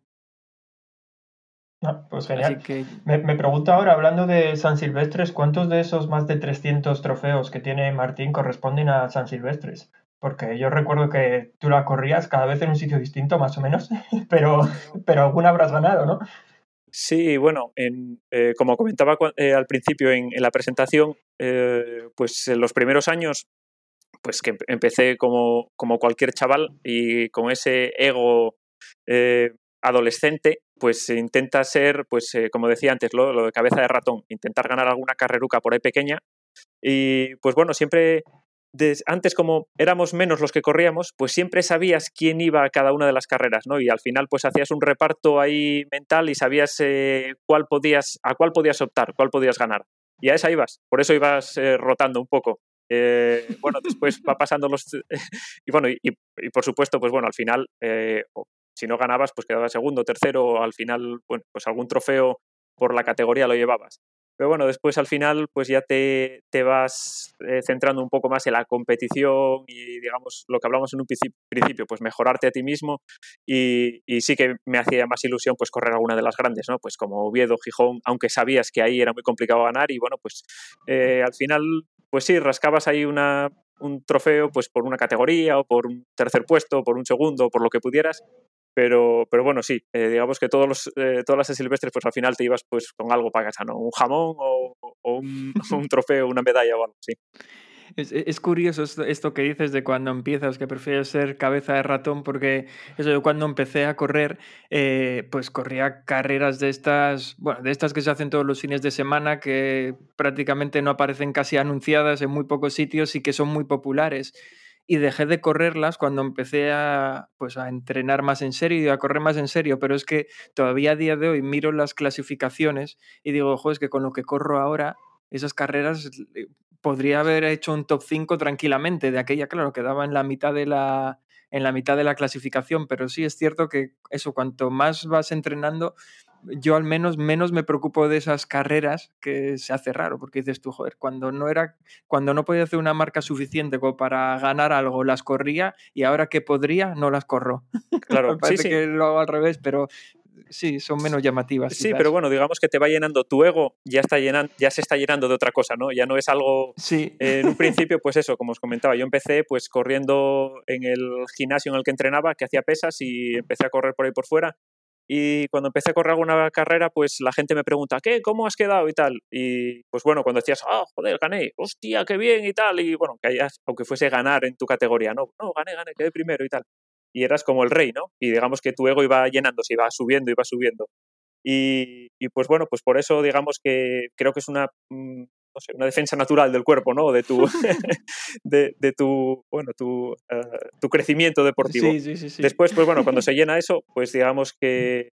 Ah, pues genial. Así que... Me pregunto ahora, hablando de San Silvestres, ¿cuántos de esos más de 300 trofeos que tiene Martín corresponden a San Silvestres? Porque yo recuerdo que tú la corrías cada vez en un sitio distinto, más o menos, pero alguna habrás ganado, ¿no? Sí, bueno, como comentaba al principio en la presentación, pues en los primeros años, pues que empecé como cualquier chaval y con ese ego adolescente, pues intenta ser, pues como decía antes, lo de cabeza de ratón, intentar ganar alguna carreruca por ahí pequeña. Y pues bueno, siempre, antes como éramos menos los que corríamos, pues siempre sabías quién iba a cada una de las carreras, ¿no? Y al final pues hacías un reparto ahí mental y sabías a cuál podías optar, cuál podías ganar. Y a esa ibas, por eso ibas rotando un poco. Bueno, después va pasando y bueno, y por supuesto, pues bueno, al final, si no ganabas, pues quedabas segundo, tercero, al final, bueno, pues algún trofeo por la categoría lo llevabas. Pero bueno, después al final pues ya te vas centrando un poco más en la competición y digamos lo que hablamos en un principio, pues mejorarte a ti mismo y sí que me hacía más ilusión pues correr alguna de las grandes, ¿no? Pues como Oviedo, Gijón, aunque sabías que ahí era muy complicado ganar y bueno, pues al final pues sí, rascabas ahí un trofeo pues por una categoría o por un tercer puesto o por un segundo o por lo que pudieras. Pero bueno, sí, digamos que todas las silvestres, pues al final te ibas pues con algo para casa, ¿no? Un jamón o un trofeo, una medalla o algo, sí. Es curioso esto que dices de cuando empiezas, que prefieres ser cabeza de ratón, porque eso, yo cuando empecé a correr, pues corría carreras de estas que se hacen todos los fines de semana, que prácticamente no aparecen casi anunciadas en muy pocos sitios y que son muy populares. Y dejé de correrlas cuando empecé a entrenar más en serio y a correr más en serio, pero es que todavía a día de hoy miro las clasificaciones y digo, es que con lo que corro ahora, esas carreras podría haber hecho un top 5 tranquilamente. De aquella, claro, quedaba en la mitad de la clasificación, pero sí es cierto que eso, cuanto más vas entrenando, yo al menos me preocupo de esas carreras que se hace raro, porque dices tú, joder, cuando no podía hacer una marca suficiente como para ganar algo, las corría, y ahora que podría, no las corro. Claro, Me parece sí. que lo hago al revés, pero sí, son menos llamativas. Sí, quizás. pero bueno, digamos que te va llenando tu ego, ya se está llenando de otra cosa, ¿no? Ya no es algo... Sí. En un principio, pues eso, como os comentaba, yo empecé pues corriendo en el gimnasio en el que entrenaba, que hacía pesas, y empecé a correr por ahí por fuera. Y cuando empecé a correr alguna carrera, pues la gente me pregunta, ¿qué? ¿Cómo has quedado? Y tal. Y pues bueno, cuando decías, joder, gané, hostia, qué bien y tal. Y bueno, que aunque fuese ganar en tu categoría, no, gané, quedé primero y tal. Y eras como el rey, ¿no? Y digamos que tu ego iba llenándose, iba subiendo. Y pues bueno, pues por eso digamos que creo que es una defensa natural del cuerpo, ¿no? De tu tu crecimiento deportivo. Sí. Después, pues bueno, cuando se llena eso, pues digamos que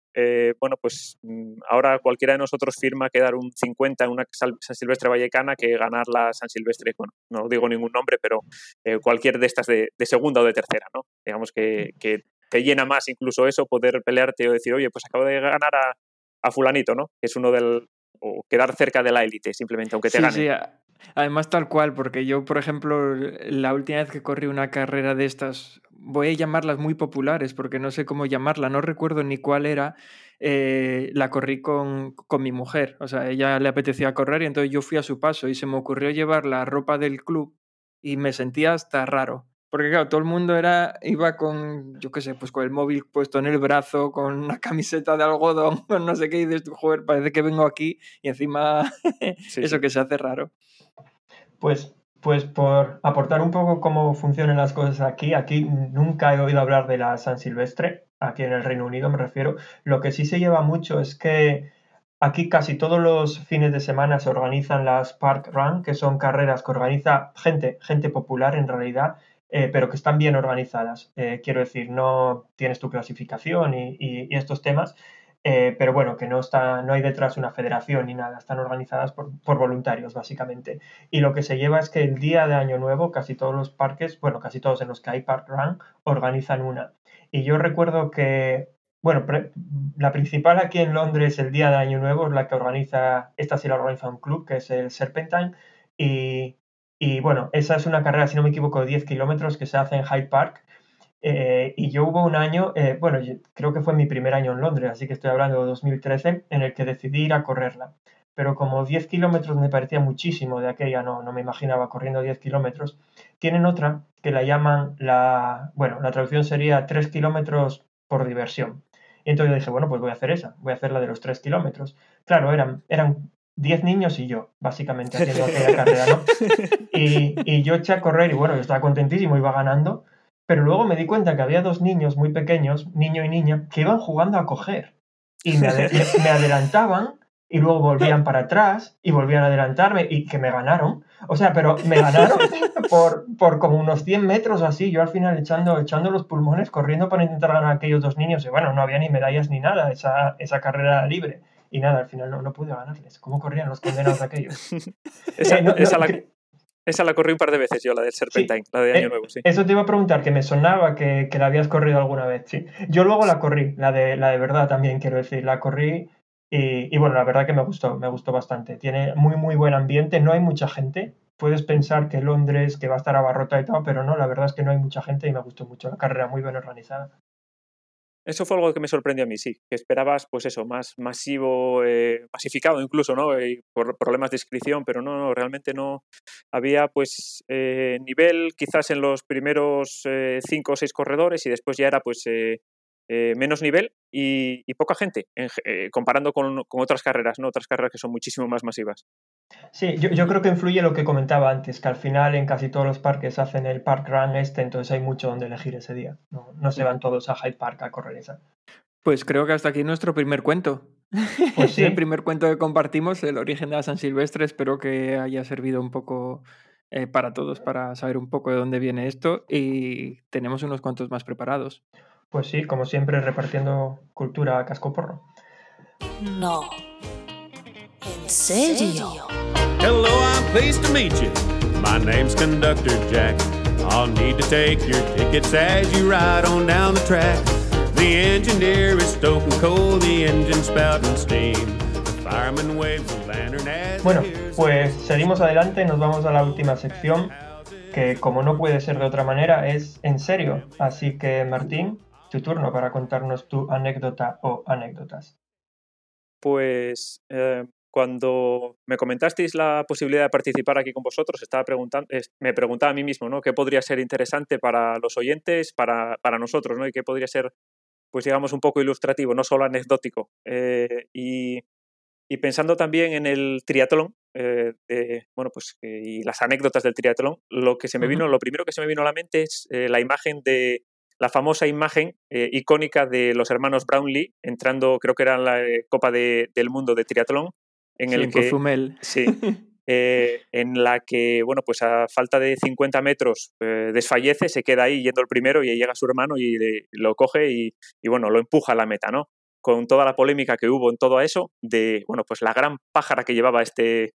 ahora cualquiera de nosotros firma que dar un 50 en una San Silvestre vallecana que ganar la San Silvestre, bueno, no digo ningún nombre, pero cualquier de estas de segunda o de tercera, ¿no? Digamos que te llena más incluso eso, poder pelearte o decir, oye, pues acabo de ganar a fulanito, ¿no? Que es uno o quedar cerca de la élite, simplemente, aunque te gane. Sí, además tal cual, porque yo, por ejemplo, la última vez que corrí una carrera de estas, voy a llamarlas muy populares, porque no sé cómo llamarla, no recuerdo ni cuál era, la corrí con mi mujer, o sea, a ella le apetecía correr y entonces yo fui a su paso y se me ocurrió llevar la ropa del club y me sentía hasta raro. Porque claro, todo el mundo iba con, yo qué sé, pues con el móvil puesto en el brazo, con una camiseta de algodón, con no sé qué, y dices tú, joder, parece que vengo aquí y encima eso que se hace raro. Pues por aportar un poco cómo funcionan las cosas aquí nunca he oído hablar de la San Silvestre, aquí en el Reino Unido me refiero. Lo que sí se lleva mucho es que aquí casi todos los fines de semana se organizan las Park Run, que son carreras que organiza gente popular en realidad, pero que están bien organizadas. Quiero decir, no tienes tu clasificación y estos temas, pero bueno, que no hay detrás una federación ni nada, están organizadas por voluntarios, básicamente. Y lo que se lleva es que el día de Año Nuevo, casi todos los parques, bueno, casi todos en los que hay Park Run, organizan una. Y yo recuerdo que, bueno, la principal aquí en Londres el día de Año Nuevo es la que organiza, esta sí la organiza un club, que es el Serpentine, y bueno, esa es una carrera, si no me equivoco, de 10 kilómetros que se hace en Hyde Park. Y yo hubo un año, bueno, creo que fue mi primer año en Londres, así que estoy hablando de 2013, en el que decidí ir a correrla. Pero como 10 kilómetros me parecía muchísimo de aquella, no me imaginaba corriendo 10 kilómetros. Tienen otra que la llaman, la traducción sería 3 kilómetros por diversión. Y entonces yo dije, bueno, pues voy a hacer esa, voy a hacer la de los 3 kilómetros. Claro, eran 10 niños y yo, básicamente, haciendo aquella carrera, ¿no? Y yo eché a correr y bueno, yo estaba contentísimo, iba ganando, pero luego me di cuenta que había 2 niños muy pequeños, niño y niña, que iban jugando a coger. Y me adelantaban y luego volvían para atrás y volvían a adelantarme y que me ganaron. O sea, pero me ganaron por como unos 100 metros así, yo al final echando los pulmones, corriendo para intentar ganar a aquellos 2 niños. Y bueno, no había ni medallas ni nada, esa carrera libre. Y nada, al final no pude ganarles. ¿Cómo corrían los condenados aquellos? Esa la corrí un par de veces yo, la del Serpentine, sí, la de Año Nuevo, sí. Eso te iba a preguntar, que me sonaba que la habías corrido alguna vez, sí. Yo luego la corrí, la de verdad también, quiero decir, la corrí y bueno, la verdad que me gustó bastante. Tiene muy, muy buen ambiente, no hay mucha gente. Puedes pensar que Londres, que va a estar abarrotada y tal, pero no, la verdad es que no hay mucha gente y me gustó mucho la carrera, muy bien organizada. Eso fue algo que me sorprendió a mí, sí. Que esperabas, pues eso, más masivo, masificado incluso, ¿no? Por problemas de inscripción, pero no, realmente no. Había, pues, nivel quizás en los primeros 5 o 6 corredores y después ya era, pues, menos nivel y poca gente, comparando con otras carreras, ¿no? Otras carreras que son muchísimo más masivas. Sí, yo creo que influye lo que comentaba antes, que al final en casi todos los parques hacen el Park Run entonces hay mucho donde elegir ese día. No se van todos a Hyde Park a correr esa. Pues creo que hasta aquí nuestro primer cuento. Pues sí. El primer cuento que compartimos, el origen de la San Silvestre. Espero que haya servido un poco para todos, para saber un poco de dónde viene esto y tenemos unos cuantos más preparados. Pues sí, como siempre, repartiendo cultura a cascoporro. No. ¿En serio? Hello, I'm pleased to meet you. My name's Conductor Jack. I'll need to take your tickets as you ride on down the track. The engineer is stoking coal, the engine spouting steam. The fireman waves a lantern as Bueno, he hears pues seguimos adelante, nos vamos a la última sección, que como no puede ser de otra manera, es en serio. Así que, Martín, tu turno para contarnos tu anécdota o anécdotas. Pues cuando me comentasteis la posibilidad de participar aquí con vosotros, me preguntaba a mí mismo, ¿no? ¿Qué podría ser interesante para los oyentes, para nosotros, ¿no? Y qué podría ser, pues digamos, un poco ilustrativo, no solo anecdótico. Y pensando también en el triatlón, y las anécdotas del triatlón, lo primero que se me vino a la mente es la famosa imagen icónica de los hermanos Brownlee entrando, creo que era en la Copa del Mundo de triatlón, en el que Cozumel. sí, en la que, bueno, pues a falta de 50 metros desfallece, se queda ahí yendo el primero y ahí llega su hermano y lo coge y bueno, lo empuja a la meta, ¿no? Con toda la polémica que hubo en todo eso, de, bueno, pues la gran pájara que llevaba el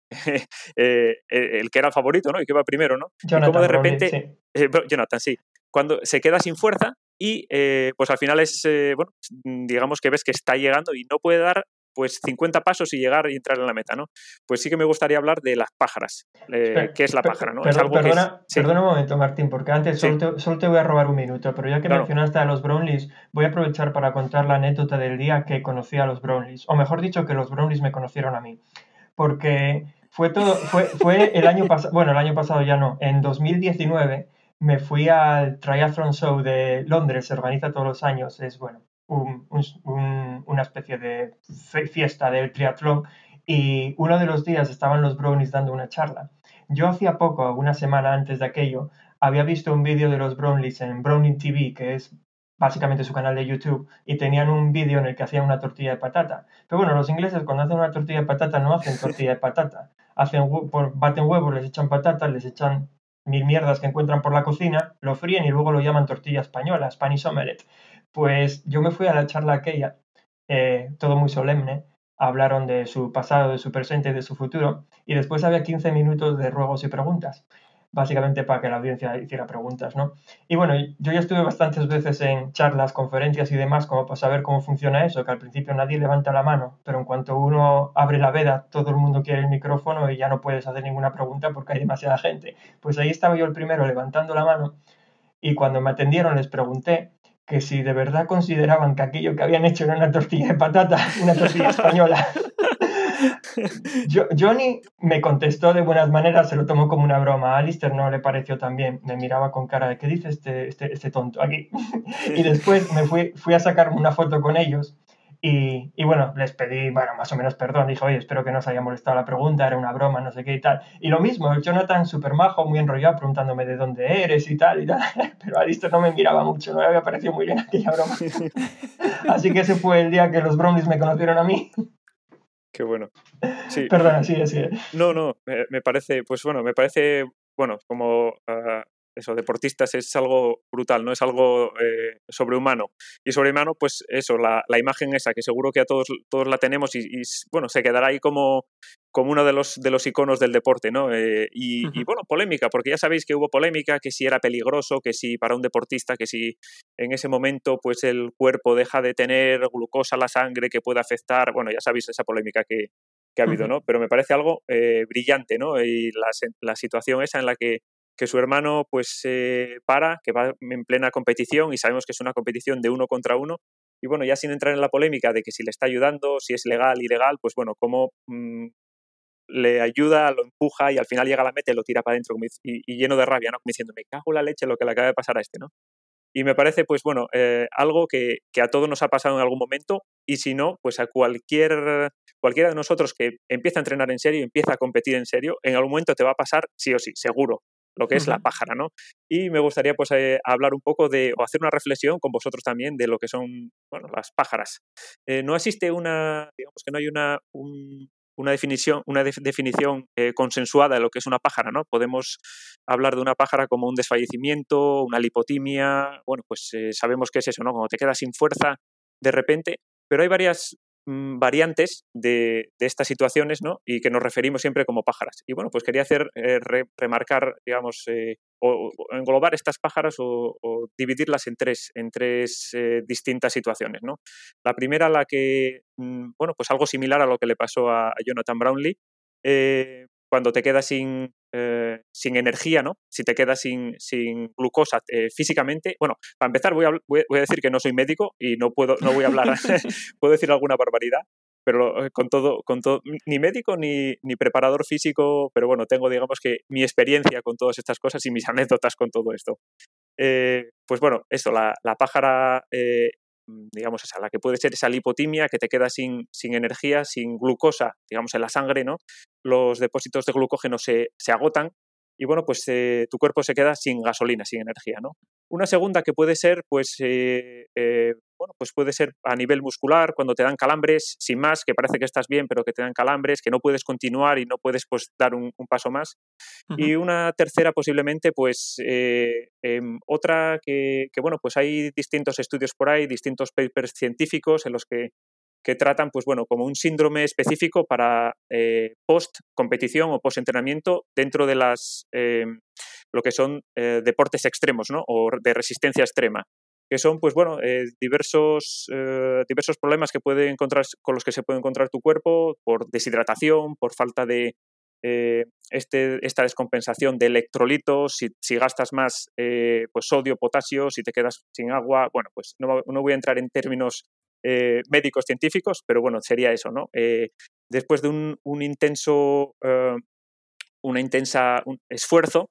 que era el favorito, ¿no? Y que iba primero, ¿no? Jonathan, y como de Brownlee, repente, sí. Jonathan, sí, cuando se queda sin fuerza y pues al final digamos que ves que está llegando y no puede dar pues 50 pasos y llegar y entrar en la meta, ¿no? Pues sí que me gustaría hablar de las pájaras. ¿Qué es la pájara, no? Es algo Perdona sí. un momento, Martín, porque antes Sí. solo te voy a robar un minuto, pero ya que Claro. mencionaste a los Brownlees, voy a aprovechar para contar la anécdota del día que conocí a los Brownlees, o mejor dicho, que los Brownlees me conocieron a mí, porque fue el año pasado, bueno, el año pasado ya no, en 2019 me fui al Triathlon Show de Londres, se organiza todos los años, es, bueno, una especie de fiesta del triatlón, y uno de los días estaban los Brownies dando una charla. Yo hacía poco, una semana antes de aquello, había visto un vídeo de los Brownies en Brownie TV, que es básicamente su canal de YouTube, y tenían un vídeo en el que hacían una tortilla de patata. Pero bueno, los ingleses cuando hacen una tortilla de patata no hacen tortilla de patata, baten huevos, les echan patatas, les echan mil mierdas que encuentran por la cocina, lo fríen y luego lo llaman tortilla española, Spanish omelette. Pues yo me fui a la charla aquella, todo muy solemne, hablaron de su pasado, de su presente y de su futuro, y después había 15 minutos de ruegos y preguntas, básicamente para que la audiencia hiciera preguntas, ¿no? Y bueno, yo ya estuve bastantes veces en charlas, conferencias y demás, como para saber cómo funciona eso, que al principio nadie levanta la mano, pero en cuanto uno abre la veda, todo el mundo quiere el micrófono y ya no puedes hacer ninguna pregunta porque hay demasiada gente. Pues ahí estaba yo el primero levantando la mano, y cuando me atendieron les pregunté que si de verdad consideraban que aquello que habían hecho era una tortilla de patata, una tortilla española. Johnny me contestó de buenas maneras, se lo tomó como una broma. A Alistair no le pareció tan bien, me miraba con cara de ¿qué dice este tonto aquí? Y después me fui a sacarme una foto con ellos y bueno, les pedí, bueno, más o menos perdón. Dije, oye, espero que no os haya molestado la pregunta, era una broma, no sé qué y tal. Y lo mismo, el Jonathan súper majo, muy enrollado, preguntándome de dónde eres y tal. Pero Alistair no me miraba mucho, no le había parecido muy bien aquella broma. Así que ese fue el día que los Brownies me conocieron a mí. Qué bueno. Sí. Perdona, sí. No, me parece, bueno, como eso, deportistas es algo brutal, ¿no? Es algo sobrehumano. Y sobrehumano, pues eso, la imagen esa, que seguro que a todos la tenemos y bueno, se quedará ahí como uno de los iconos del deporte, ¿no? Y bueno, polémica, porque ya sabéis que hubo polémica, que si era peligroso, que si para un deportista, que si en ese momento pues el cuerpo deja de tener glucosa en la sangre que puede afectar, bueno, ya sabéis esa polémica que ha habido, ¿no? Pero me parece algo brillante, ¿no? Y la situación esa en la que su hermano pues para, que va en plena competición y sabemos que es una competición de 1 contra 1 y bueno, ya sin entrar en la polémica de que si le está ayudando, si es legal, ilegal, pues bueno, cómo le ayuda, lo empuja y al final llega a la meta y lo tira para adentro y lleno de rabia, ¿no? Como diciendo, me cago en la leche lo que le acaba de pasar a este, ¿no? Y me parece, pues bueno, algo que a todos nos ha pasado en algún momento y si no, pues a cualquiera de nosotros que empieza a entrenar en serio, empieza a competir en serio, en algún momento te va a pasar sí o sí, seguro, lo que es la pájara, ¿no? Y me gustaría pues hablar un poco o hacer una reflexión con vosotros también de lo que son, bueno, las pájaras. No existe digamos que no hay una definición consensuada de lo que es una pájara, ¿no? Podemos hablar de una pájara como un desfallecimiento, una lipotimia, bueno, pues sabemos qué es eso, ¿no? Cuando te quedas sin fuerza de repente, pero hay varias variantes de estas situaciones, ¿no? Y que nos referimos siempre como pájaras. Y bueno, pues quería remarcar, digamos, o englobar estas pájaras o dividirlas en tres distintas situaciones, ¿no? La primera, la que, bueno, pues algo similar a lo que le pasó a Jonathan Brownlee, cuando te quedas sin energía, ¿no? Si te quedas sin glucosa físicamente. Bueno, para empezar voy a decir que no soy médico y no voy a hablar, puedo decir alguna barbaridad, pero con todo, ni médico ni preparador físico, pero bueno, tengo, digamos, que mi experiencia con todas estas cosas y mis anécdotas con todo esto. Pues bueno, esto, la pájara, digamos, esa, la que puede ser esa lipotimia, que te queda sin energía, sin glucosa, digamos, en la sangre, ¿no? Los depósitos de glucógeno se agotan y, bueno, pues tu cuerpo se queda sin gasolina, sin energía, ¿no? Una segunda que puede ser, pues, bueno, pues puede ser a nivel muscular, cuando te dan calambres, sin más, que parece que estás bien, pero que te dan calambres, que no puedes continuar y no puedes, pues, dar un paso más. Uh-huh. Y una tercera posiblemente, pues, otra que, bueno, pues hay distintos estudios por ahí, distintos papers científicos en los que tratan, pues bueno, como un síndrome específico para post-competición o post-entrenamiento dentro de lo que son deportes extremos, ¿no? O de resistencia extrema, que son, pues bueno, diversos problemas que con los que se puede encontrar tu cuerpo por deshidratación, por falta de esta descompensación de electrolitos, si gastas más pues sodio, potasio, si te quedas sin agua. Bueno, pues no voy a entrar en términos médicos científicos, pero bueno, sería eso, ¿no? Después de un intenso esfuerzo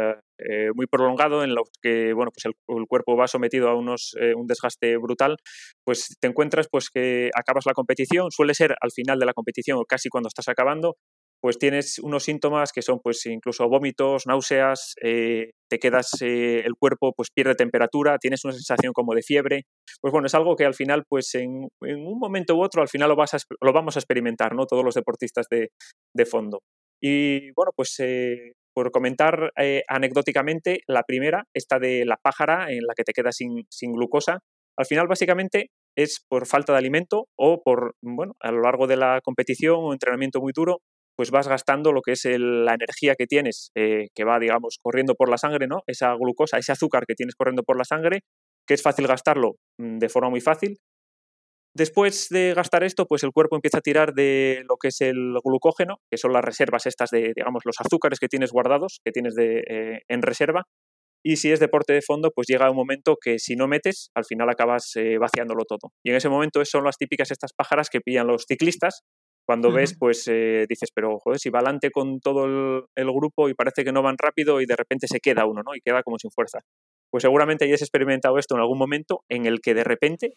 muy prolongado en lo que, bueno, pues el cuerpo va sometido a un desgaste brutal, pues te encuentras, pues, que acabas la competición, suele ser al final de la competición o casi cuando estás acabando, pues tienes unos síntomas que son, pues, incluso vómitos, náuseas, te quedas, el cuerpo, pues, pierde temperatura, tienes una sensación como de fiebre. Pues bueno, es algo que al final, pues, en un momento u otro, al final lo vamos a experimentar, ¿no? Todos los deportistas de fondo. Y bueno, pues por comentar anecdóticamente, la primera, esta de la pájara, en la que te quedas sin glucosa, al final básicamente es por falta de alimento o por, bueno, a lo largo de la competición o entrenamiento muy duro, pues vas gastando lo que es la energía que tienes, que va, digamos, corriendo por la sangre, ¿no? Esa glucosa, ese azúcar que tienes corriendo por la sangre, que es fácil gastarlo de forma muy fácil. Después de gastar esto, pues el cuerpo empieza a tirar de lo que es el glucógeno, que son las reservas estas de, digamos, los azúcares que tienes guardados, que tienes en reserva. Y si es deporte de fondo, pues llega un momento que si no metes, al final acabas vaciándolo todo. Y en ese momento son las típicas estas pájaras que pillan los ciclistas. Cuando ves, pues dices, pero joder, si va adelante con todo el grupo y parece que no van rápido y de repente se queda uno, ¿no? Y queda como sin fuerza. Pues seguramente hayas experimentado esto en algún momento en el que de repente,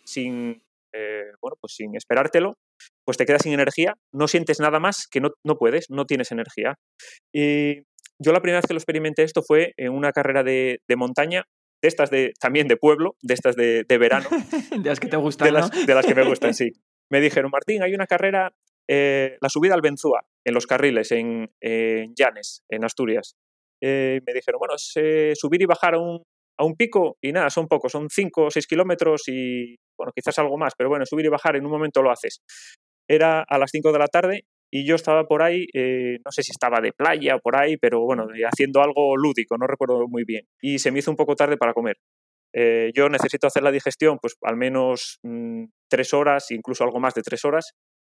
bueno, pues sin esperártelo, pues te quedas sin energía, no sientes nada más, que no puedes, no tienes energía. Y yo la primera vez que lo experimenté esto fue en una carrera de montaña, de estas también de pueblo, de estas de verano. De las que te gustan, ¿no? De las que me gustan, sí. Me dijeron, Martín, hay una carrera, la subida al Benzúa, en los carriles, en Llanes, en Asturias. Me dijeron, bueno, es subir y bajar a un pico, y nada, son pocos, son 5 o 6 kilómetros y, bueno, quizás algo más, pero bueno, subir y bajar en un momento lo haces. Era a las 5 de la tarde y yo estaba por ahí, no sé si estaba de playa o por ahí, pero bueno, haciendo algo lúdico, no recuerdo muy bien. Y se me hizo un poco tarde para comer. Yo necesito hacer la digestión, pues al menos 3 horas, incluso algo más de 3 horas.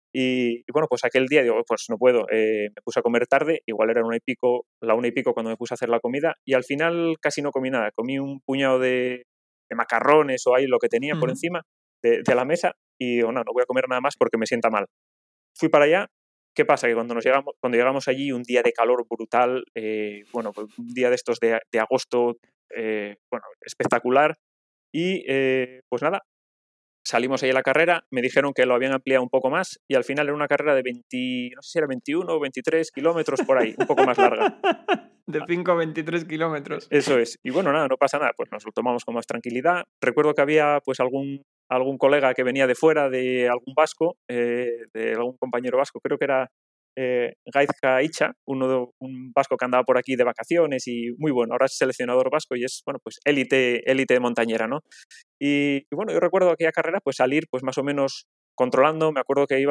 Y bueno, pues aquel día digo, pues no puedo, me puse a comer tarde, igual era la 1 y pico cuando me puse a hacer la comida, y al final casi no comí nada, comí un puñado de macarrones o ahí lo que tenía por encima de la mesa, y digo, no voy a comer nada más porque me sienta mal. Fui para allá. ¿Qué pasa? Que cuando llegamos allí, un día de calor brutal, bueno, pues un día de estos de agosto, bueno, espectacular, y pues nada, salimos ahí a la carrera, me dijeron que lo habían ampliado un poco más y al final era una carrera de no sé si era 21 o 23 kilómetros por ahí, un poco más larga. De 5 a 23 kilómetros. Eso es. Y bueno, nada, no pasa nada, pues nos lo tomamos con más tranquilidad. Recuerdo que había pues algún colega que venía de fuera, de algún vasco, de algún compañero vasco, creo que era Gaizka Icha, un vasco que andaba por aquí de vacaciones y muy bueno, ahora es seleccionador vasco y es, bueno, pues élite montañera, ¿no? Y bueno, yo recuerdo aquella carrera, pues salir pues más o menos controlando, me acuerdo que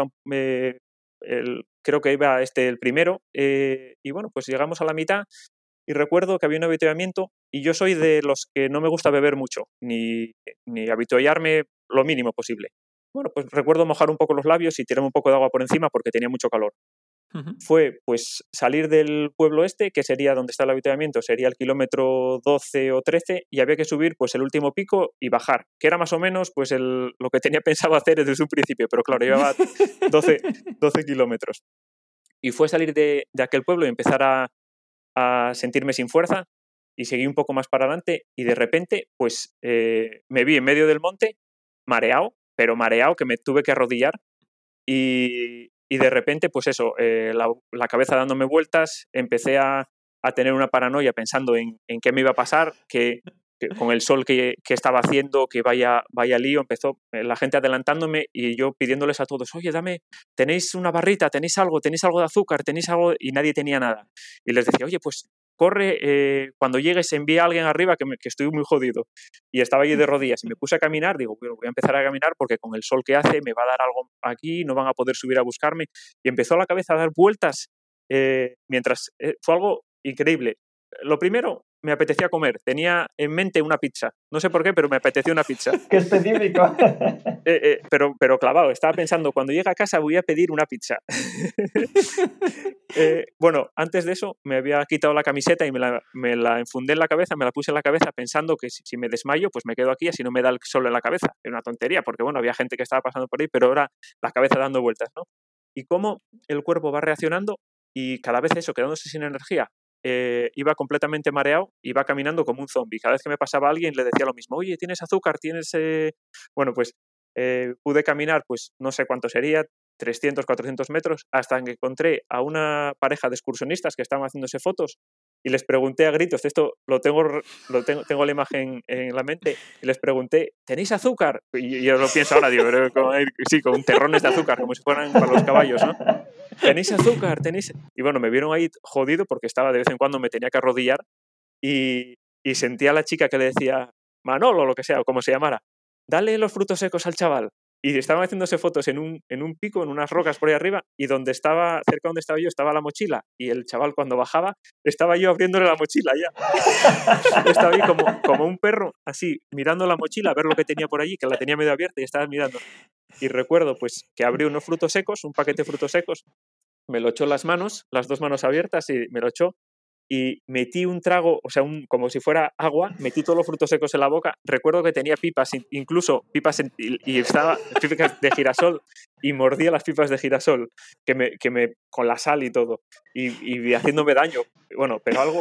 creo que iba el primero, y bueno, pues llegamos a la mitad y recuerdo que había un avituallamiento y yo soy de los que no me gusta beber mucho, ni habituallarme lo mínimo posible. Bueno, pues recuerdo mojar un poco los labios y tirarme un poco de agua por encima porque tenía mucho calor. Fue pues salir del pueblo este, que sería donde está el avituallamiento, sería el kilómetro 12 o 13, y había que subir pues el último pico y bajar, que era más o menos pues lo que tenía pensado hacer desde un principio, pero claro, llevaba 12 kilómetros. Y fue salir de aquel pueblo y empezar a sentirme sin fuerza, y seguí un poco más para adelante, y de repente pues me vi en medio del monte, mareado, pero mareado, que me tuve que arrodillar, y de repente, pues eso, la cabeza dándome vueltas, empecé a tener una paranoia pensando en qué me iba a pasar, que con el sol que estaba haciendo, que vaya lío, empezó la gente adelantándome y yo pidiéndoles a todos, oye, tenéis una barrita, tenéis algo de azúcar, tenéis algo, y nadie tenía nada. Y les decía, oye, pues corre, cuando llegues envía a alguien arriba que estoy muy jodido. Y estaba allí de rodillas y me puse a caminar, digo, bueno, voy a empezar a caminar porque con el sol que hace me va a dar algo aquí, no van a poder subir a buscarme. Y empezó la cabeza a dar vueltas mientras fue algo increíble. Lo primero, me apetecía comer. Tenía en mente una pizza. No sé por qué, pero me apetecía una pizza. ¡Qué específico! Pero clavado. Estaba pensando, cuando llegue a casa voy a pedir una pizza. Bueno, antes de eso me había quitado la camiseta y me la enfundé en la cabeza, me la puse en la cabeza pensando que si me desmayo, pues me quedo aquí, así no me da el sol en la cabeza. Era una tontería, porque bueno, había gente que estaba pasando por ahí, pero ahora la cabeza dando vueltas, ¿no? Y cómo el cuerpo va reaccionando y cada vez eso, quedándose sin energía. Iba completamente mareado, iba caminando como un zombie. Cada vez que me pasaba alguien le decía lo mismo, oye, ¿tienes azúcar? ¿Tienes...? Bueno, pues pude caminar, pues no sé cuánto sería, 300, 400 metros, hasta que encontré a una pareja de excursionistas que estaban haciéndose fotos y les pregunté a gritos, esto tengo la imagen en la mente, y les pregunté, ¿tenéis azúcar? Y yo lo pienso ahora, digo, pero con terrones de azúcar, como si fueran para los caballos, ¿no? ¿Tenéis azúcar? ¿Tenéis...? Y bueno, me vieron ahí jodido porque estaba de vez en cuando me tenía que arrodillar y sentía a la chica que le decía, Manolo o lo que sea, o como se llamara, dale los frutos secos al chaval. Y estaban haciéndose fotos en un pico, en unas rocas por ahí arriba, y cerca donde estaba yo, estaba la mochila. Y el chaval cuando bajaba, estaba yo abriéndole la mochila ya. Estaba ahí como un perro, así, mirando la mochila, a ver lo que tenía por allí, que la tenía medio abierta y estaba mirando. Y recuerdo pues que abrí unos frutos secos, un paquete de frutos secos, me lo echó en las dos manos abiertas y me lo echó. Y metí un trago, o sea, como si fuera agua, metí todos los frutos secos en la boca. Recuerdo que tenía pipas, incluso pipas pipas de girasol, y mordía las pipas de girasol, con la sal y todo, y haciéndome daño. Bueno, pero algo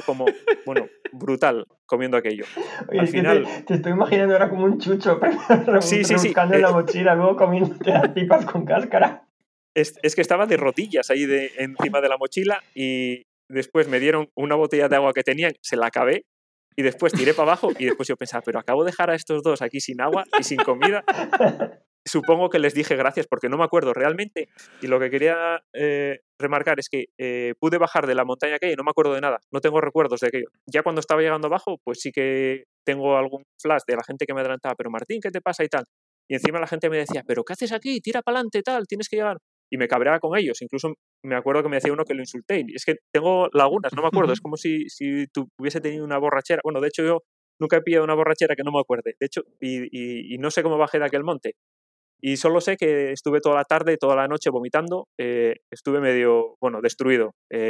brutal comiendo aquello. Oye, al final... te estoy imaginando ahora como un chucho, buscando en la mochila, luego comiendo las pipas con cáscara. Es que estaba de rodillas ahí encima de la mochila y... Después me dieron una botella de agua que tenían, se la acabé y después tiré para abajo y después yo pensaba, pero acabo de dejar a estos dos aquí sin agua y sin comida. Supongo que les dije gracias porque no me acuerdo realmente, y lo que quería remarcar es que pude bajar de la montaña aquella y no me acuerdo de nada, no tengo recuerdos de aquello. Ya cuando estaba llegando abajo, pues sí que tengo algún flash de la gente que me adelantaba, pero Martín, ¿qué te pasa y tal? Y encima la gente me decía, pero ¿qué haces aquí? Tira para adelante, tal, tienes que llegar. Y me cabreaba con ellos, incluso me acuerdo que me decía uno que lo insulté, y es que tengo lagunas, no me acuerdo, es como si hubiese tenido una borrachera. Bueno, de hecho yo nunca he pillado una borrachera que no me acuerde, de hecho, y no sé cómo bajé de aquel monte. Y solo sé que estuve toda la tarde y toda la noche vomitando, estuve medio, destruido.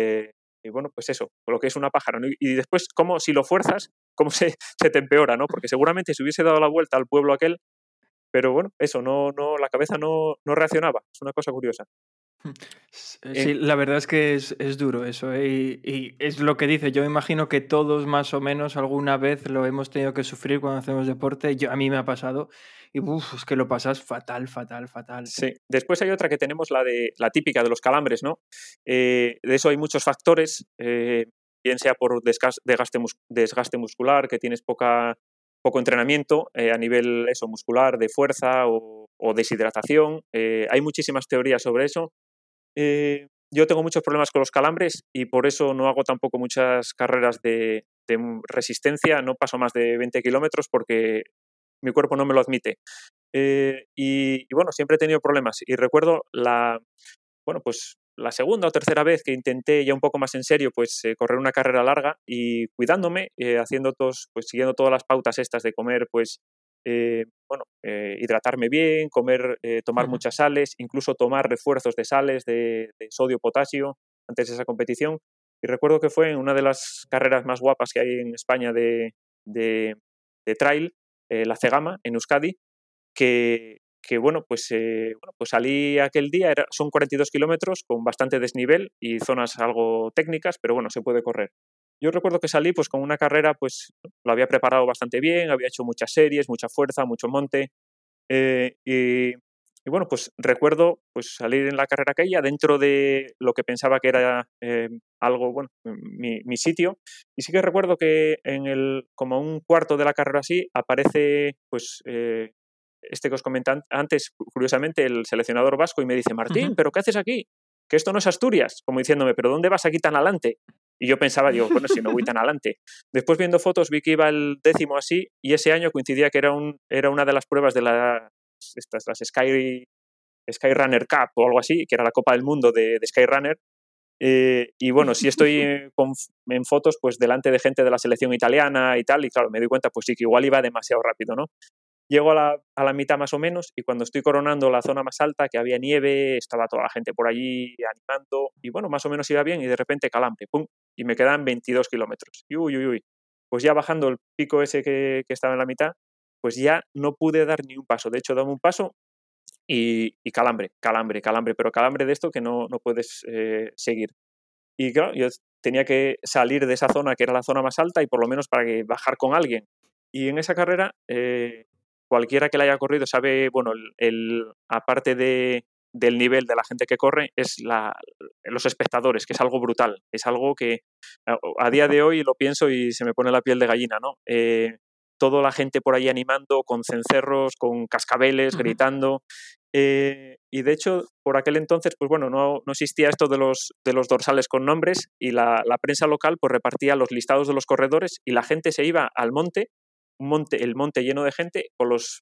Y bueno, pues eso, lo que es una pájara, ¿no? Y después, como si lo fuerzas, cómo se te empeora, ¿no? Porque seguramente si hubiese dado la vuelta al pueblo aquel, pero bueno, eso, la cabeza no reaccionaba, es una cosa curiosa. Sí, la verdad es que es duro eso, ¿eh? Y es lo que dice, yo me imagino que todos más o menos alguna vez lo hemos tenido que sufrir cuando hacemos deporte, a mí me ha pasado, y es que lo pasas fatal. Sí, después hay otra que tenemos, la típica de los calambres, ¿no? De eso hay muchos factores, bien sea por desgaste muscular, que tienes poco entrenamiento a nivel muscular, de fuerza o deshidratación. Hay muchísimas teorías sobre eso. Yo tengo muchos problemas con los calambres y por eso no hago tampoco muchas carreras de resistencia, no paso más de 20 kilómetros porque mi cuerpo no me lo admite. Y bueno, siempre he tenido problemas y recuerdo pues la segunda o tercera vez que intenté ya un poco más en serio, pues correr una carrera larga y cuidándome, siguiendo todas las pautas estas de comer, pues hidratarme bien, tomar muchas sales, incluso tomar refuerzos de sales, de sodio, potasio, antes de esa competición. Y recuerdo que fue en una de las carreras más guapas que hay en España de trail, la Cegama, en Euskadi, que pues salí aquel día, son 42 kilómetros con bastante desnivel y zonas algo técnicas, pero bueno, se puede correr. Yo recuerdo que salí pues con una carrera, pues lo había preparado bastante bien, había hecho muchas series, mucha fuerza, mucho monte, y bueno, pues recuerdo pues salir en la carrera aquella dentro de lo que pensaba que era algo, bueno, mi sitio, y sí que recuerdo que como un cuarto de la carrera así, aparece pues que os comenté antes, curiosamente, el seleccionador vasco, y me dice: Martín, ¿pero qué haces aquí? Que esto no es Asturias. Como diciéndome, ¿pero dónde vas aquí tan adelante? Y yo pensaba, digo, bueno, si no voy tan adelante. Después, viendo fotos, vi que iba el 10º así, y ese año coincidía que era una de las pruebas de las Skyrunner Cup o algo así, que era la Copa del Mundo de Skyrunner. Y bueno, sí estoy en fotos pues delante de gente de la selección italiana y tal, y claro, me doy cuenta pues sí que igual iba demasiado rápido, ¿no? Llego a la mitad más o menos, y cuando estoy coronando la zona más alta, que había nieve, estaba toda la gente por allí animando, y bueno, más o menos iba bien, y de repente calambre, ¡pum! Y me quedan 22 kilómetros. Y uy. Pues ya bajando el pico ese que estaba en la mitad, pues ya no pude dar ni un paso. De hecho, daba un paso y calambre, pero calambre de esto que no puedes seguir. Y claro, yo tenía que salir de esa zona, que era la zona más alta, y por lo menos para bajar con alguien. Y en esa carrera, cualquiera que la haya corrido sabe, bueno, aparte del nivel de la gente que corre, es los espectadores, que es algo brutal. Es algo que a día de hoy lo pienso y se me pone la piel de gallina, ¿no? Toda la gente por ahí animando, con cencerros, con cascabeles, gritando. Y de hecho, por aquel entonces, pues bueno, no existía esto de los dorsales con nombres, y la prensa local pues repartía los listados de los corredores, y la gente se iba al monte, el monte lleno de gente, con los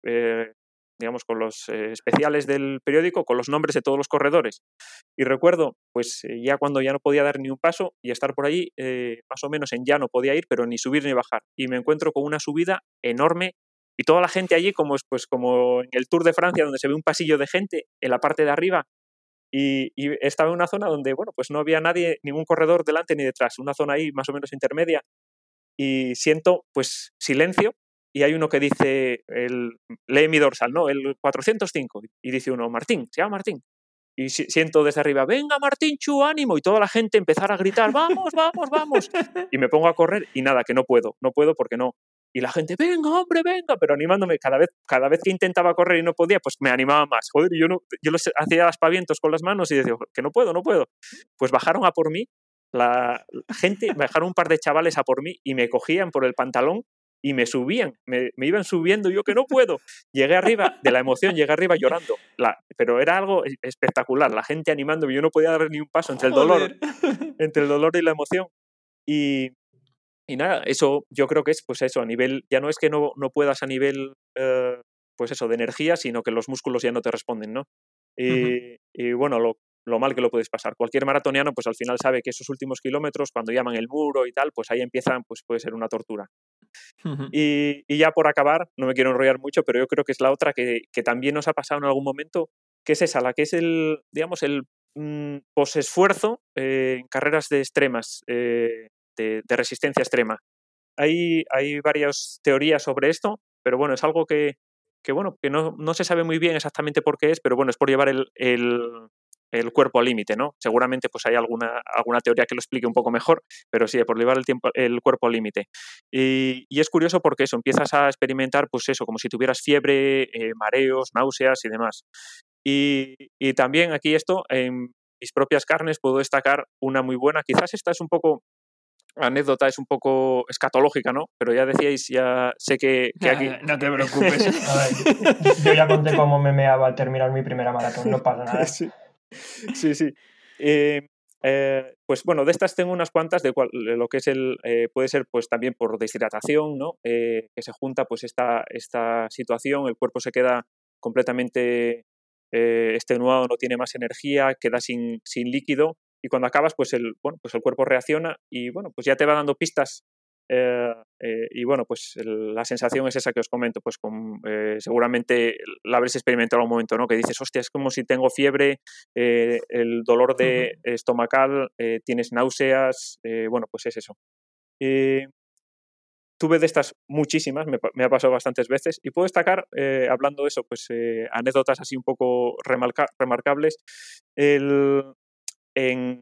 especiales del periódico, con los nombres de todos los corredores. Y recuerdo, pues ya cuando ya no podía dar ni un paso y estar por allí, más o menos en llano podía ir, pero ni subir ni bajar. Y me encuentro con una subida enorme, y toda la gente allí como en el Tour de Francia, donde se ve un pasillo de gente en la parte de arriba, y estaba en una zona donde, bueno, pues no había nadie, ningún corredor delante ni detrás, una zona ahí más o menos intermedia, y siento pues silencio, y hay uno que dice, lee mi dorsal, ¿no? El 405, y dice uno, Martín, se llama Martín. Y siento desde arriba, venga Martín, chu, ánimo, y toda la gente empezar a gritar, vamos, vamos, vamos. Y me pongo a correr y nada, que no puedo porque no. Y la gente, venga, hombre, venga, pero animándome. Cada vez que intentaba correr y no podía, pues me animaba más. Joder, y yo hacía aspavientos con las manos y decía, que no puedo. Pues bajaron a por mí, la gente, bajaron un par de chavales a por mí y me cogían por el pantalón y me subían, me iban subiendo, yo que no puedo. Llegué arriba, de la emoción, llorando. Pero era algo espectacular, la gente animándome, yo no podía dar ni un paso entre el dolor y la emoción. Y nada, eso yo creo que es, pues eso, a nivel, ya no es que no puedas a nivel, pues eso, de energía, sino que los músculos ya no te responden, ¿no? Y bueno, lo mal que lo puedes pasar. Cualquier maratoniano, pues al final sabe que esos últimos kilómetros, cuando llaman el muro y tal, pues ahí empiezan, pues puede ser una tortura. Y ya por acabar, no me quiero enrollar mucho, pero yo creo que es la otra que también nos ha pasado en algún momento, que es esa, la que es el posesfuerzo en carreras de extremas, de resistencia extrema. Hay varias teorías sobre esto, pero bueno, es algo que no se sabe muy bien exactamente por qué es, pero bueno, es por llevar el cuerpo al límite, ¿no? Seguramente pues hay alguna teoría que lo explique un poco mejor, pero sí, por llevar el cuerpo al límite. Y es curioso porque eso, empiezas a experimentar pues eso, como si tuvieras fiebre, mareos, náuseas y demás. Y también aquí en mis propias carnes puedo destacar una muy buena, quizás esta es un poco anécdota, es un poco escatológica, ¿no? Pero ya decíais, ya sé que aquí... No te preocupes. A ver, yo ya conté cómo me meaba al terminar mi primera maratón, no pasa nada. Sí. Pues bueno, de estas tengo unas cuantas, de lo que es puede ser pues también por deshidratación, ¿no? Que se junta pues esta situación, el cuerpo se queda completamente extenuado, no tiene más energía, queda sin líquido y cuando acabas pues el cuerpo reacciona y bueno, pues ya te va dando pistas y bueno, pues la sensación es esa que os comento, pues seguramente la habréis experimentado en algún momento, ¿no? Que dices, hostia, es como si tengo fiebre, el dolor de estomacal, tienes náuseas, bueno, pues es eso. Tuve de estas muchísimas, me ha pasado bastantes veces y puedo destacar, hablando de eso, pues anécdotas así un poco remarcables. En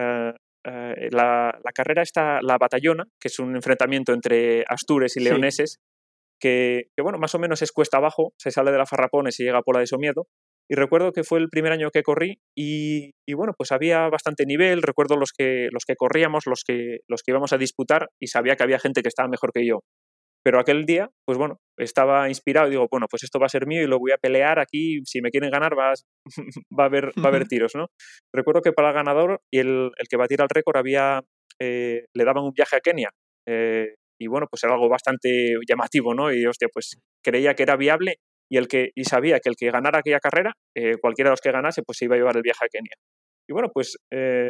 la carrera está la Batallona, que es un enfrentamiento entre astures y leoneses, que bueno, más o menos es cuesta abajo, se sale de la Farrapona y se llega a Pola de Somiedo. Y recuerdo que fue el primer año que corrí y bueno, pues había bastante nivel, recuerdo los que corríamos, los que íbamos a disputar y sabía que había gente que estaba mejor que yo. Pero aquel día, pues bueno, estaba inspirado y digo, bueno, pues esto va a ser mío y lo voy a pelear aquí, si me quieren ganar va a haber tiros, ¿no? Recuerdo que para el ganador y el que batiera el récord le daban un viaje a Kenia y bueno, pues era algo bastante llamativo, ¿no? Y hostia, pues creía que era viable y sabía que el que ganara aquella carrera, cualquiera de los que ganase, pues se iba a llevar el viaje a Kenia. Y bueno, pues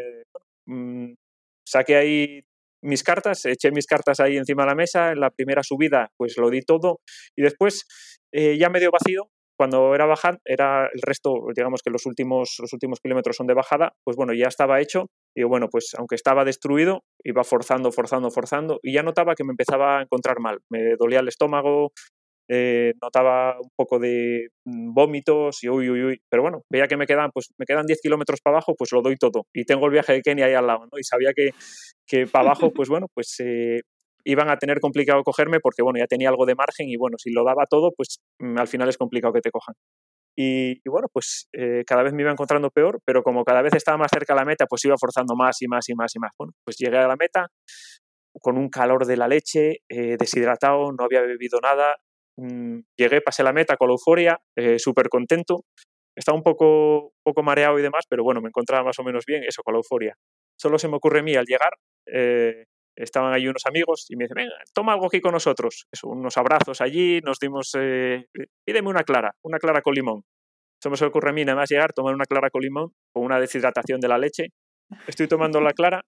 saqué ahí mis cartas, eché mis cartas ahí encima de la mesa, en la primera subida pues lo di todo y después ya medio vacío, cuando era bajada, era el resto, digamos que los últimos kilómetros son de bajada, pues bueno, ya estaba hecho y bueno, pues aunque estaba destruido, iba forzando y ya notaba que me empezaba a encontrar mal, me dolía el estómago, notaba un poco de vómitos y uy, pero bueno, veía que me quedan 10 kilómetros para abajo, pues lo doy todo y tengo el viaje de Kenia ahí al lado, ¿no? Y sabía que para abajo, pues bueno, pues iban a tener complicado cogerme porque bueno, ya tenía algo de margen y bueno, si lo daba todo, pues al final es complicado que te cojan. Y bueno, pues cada vez me iba encontrando peor, pero como cada vez estaba más cerca de la meta, pues iba forzando más y más. Bueno, pues llegué a la meta con un calor de la leche, deshidratado, no había bebido nada. Llegué, pasé la meta con la euforia, súper contento. Estaba un poco mareado y demás, pero bueno, me encontraba más o menos bien, eso, con la euforia. Solo se me ocurre a mí al llegar, estaban allí unos amigos y me dicen, venga, toma algo aquí con nosotros. Eso, unos abrazos allí, nos dimos, pídeme una clara con limón. Eso me se ocurre a mí nada más llegar, tomar una clara con limón, con una deshidratación de la leche. Estoy tomando la clara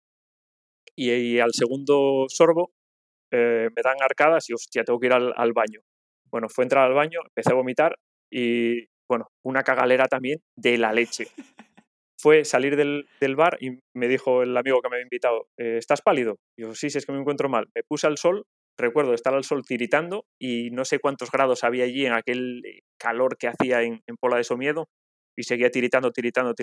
y al segundo sorbo me dan arcadas y hostia, tengo que ir al baño. Bueno, fue entrar al baño, empecé a vomitar y bueno, una cagalera también de la leche. Fue salir del bar y me dijo el amigo que me había invitado, ¿estás pálido? Y yo, sí, es que me encuentro mal. Me puse al sol, recuerdo estar al sol tiritando y no sé cuántos grados había allí en aquel calor que hacía en Pola de Somiedo y seguía tiritando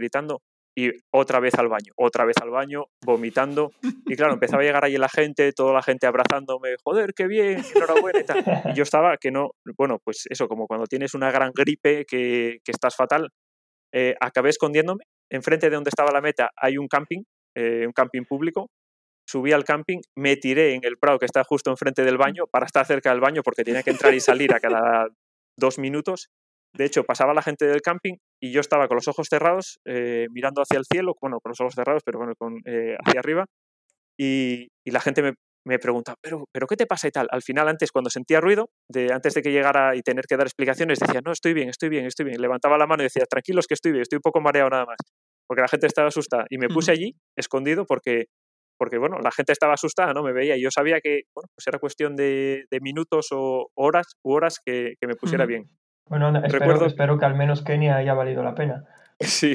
y otra vez al baño, vomitando. Y claro, empezaba a llegar allí toda la gente abrazándome, joder, qué bien, enhorabuena y tal. Y yo estaba que no, bueno, pues eso, como cuando tienes una gran gripe que estás fatal, acabé escondiéndome. Enfrente de donde estaba la meta hay un camping público. Subí al camping, me tiré en el prado que está justo enfrente del baño para estar cerca del baño porque tenía que entrar y salir a cada 2 minutos. De hecho, pasaba la gente del camping y yo estaba con los ojos cerrados, mirando hacia el cielo, bueno, con los ojos cerrados, pero bueno, hacia arriba. Y la gente me pregunta, ¿pero qué te pasa y tal? Al final, antes, cuando sentía ruido, antes de que llegara y tener que dar explicaciones, decía, no, estoy bien. Levantaba la mano y decía, tranquilos que estoy bien, estoy un poco mareado nada más. Porque la gente estaba asustada. Y me puse allí, escondido, porque bueno, la gente estaba asustada, no me veía. Y yo sabía que, bueno, pues era cuestión de minutos o horas que me pusiera bien. Bueno, espero que al menos Kenia haya valido la pena. Sí.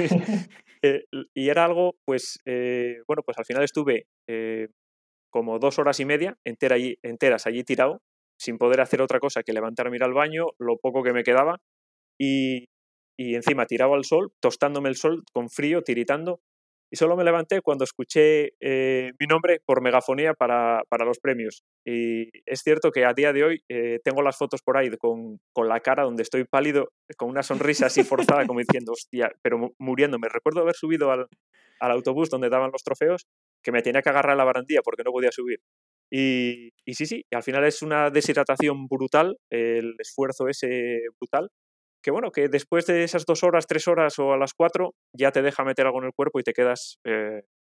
Y era algo, pues, bueno, pues al final estuve como 2 horas y media enteras allí tirado, sin poder hacer otra cosa que levantarme, ir al baño, lo poco que me quedaba, y encima tirado al sol, tostándome el sol, con frío, tiritando, y solo me levanté cuando escuché mi nombre por megafonía para los premios. Y es cierto que a día de hoy tengo las fotos por ahí con la cara donde estoy pálido, con una sonrisa así forzada, como diciendo, hostia, pero muriéndome. Recuerdo haber subido al autobús donde daban los trofeos, que me tenía que agarrar a la barandilla porque no podía subir. Y sí, y al final es una deshidratación brutal, el esfuerzo ese brutal, que bueno, que después de esas 2 horas, 3 horas o a las 4 ya te deja meter algo en el cuerpo y te quedas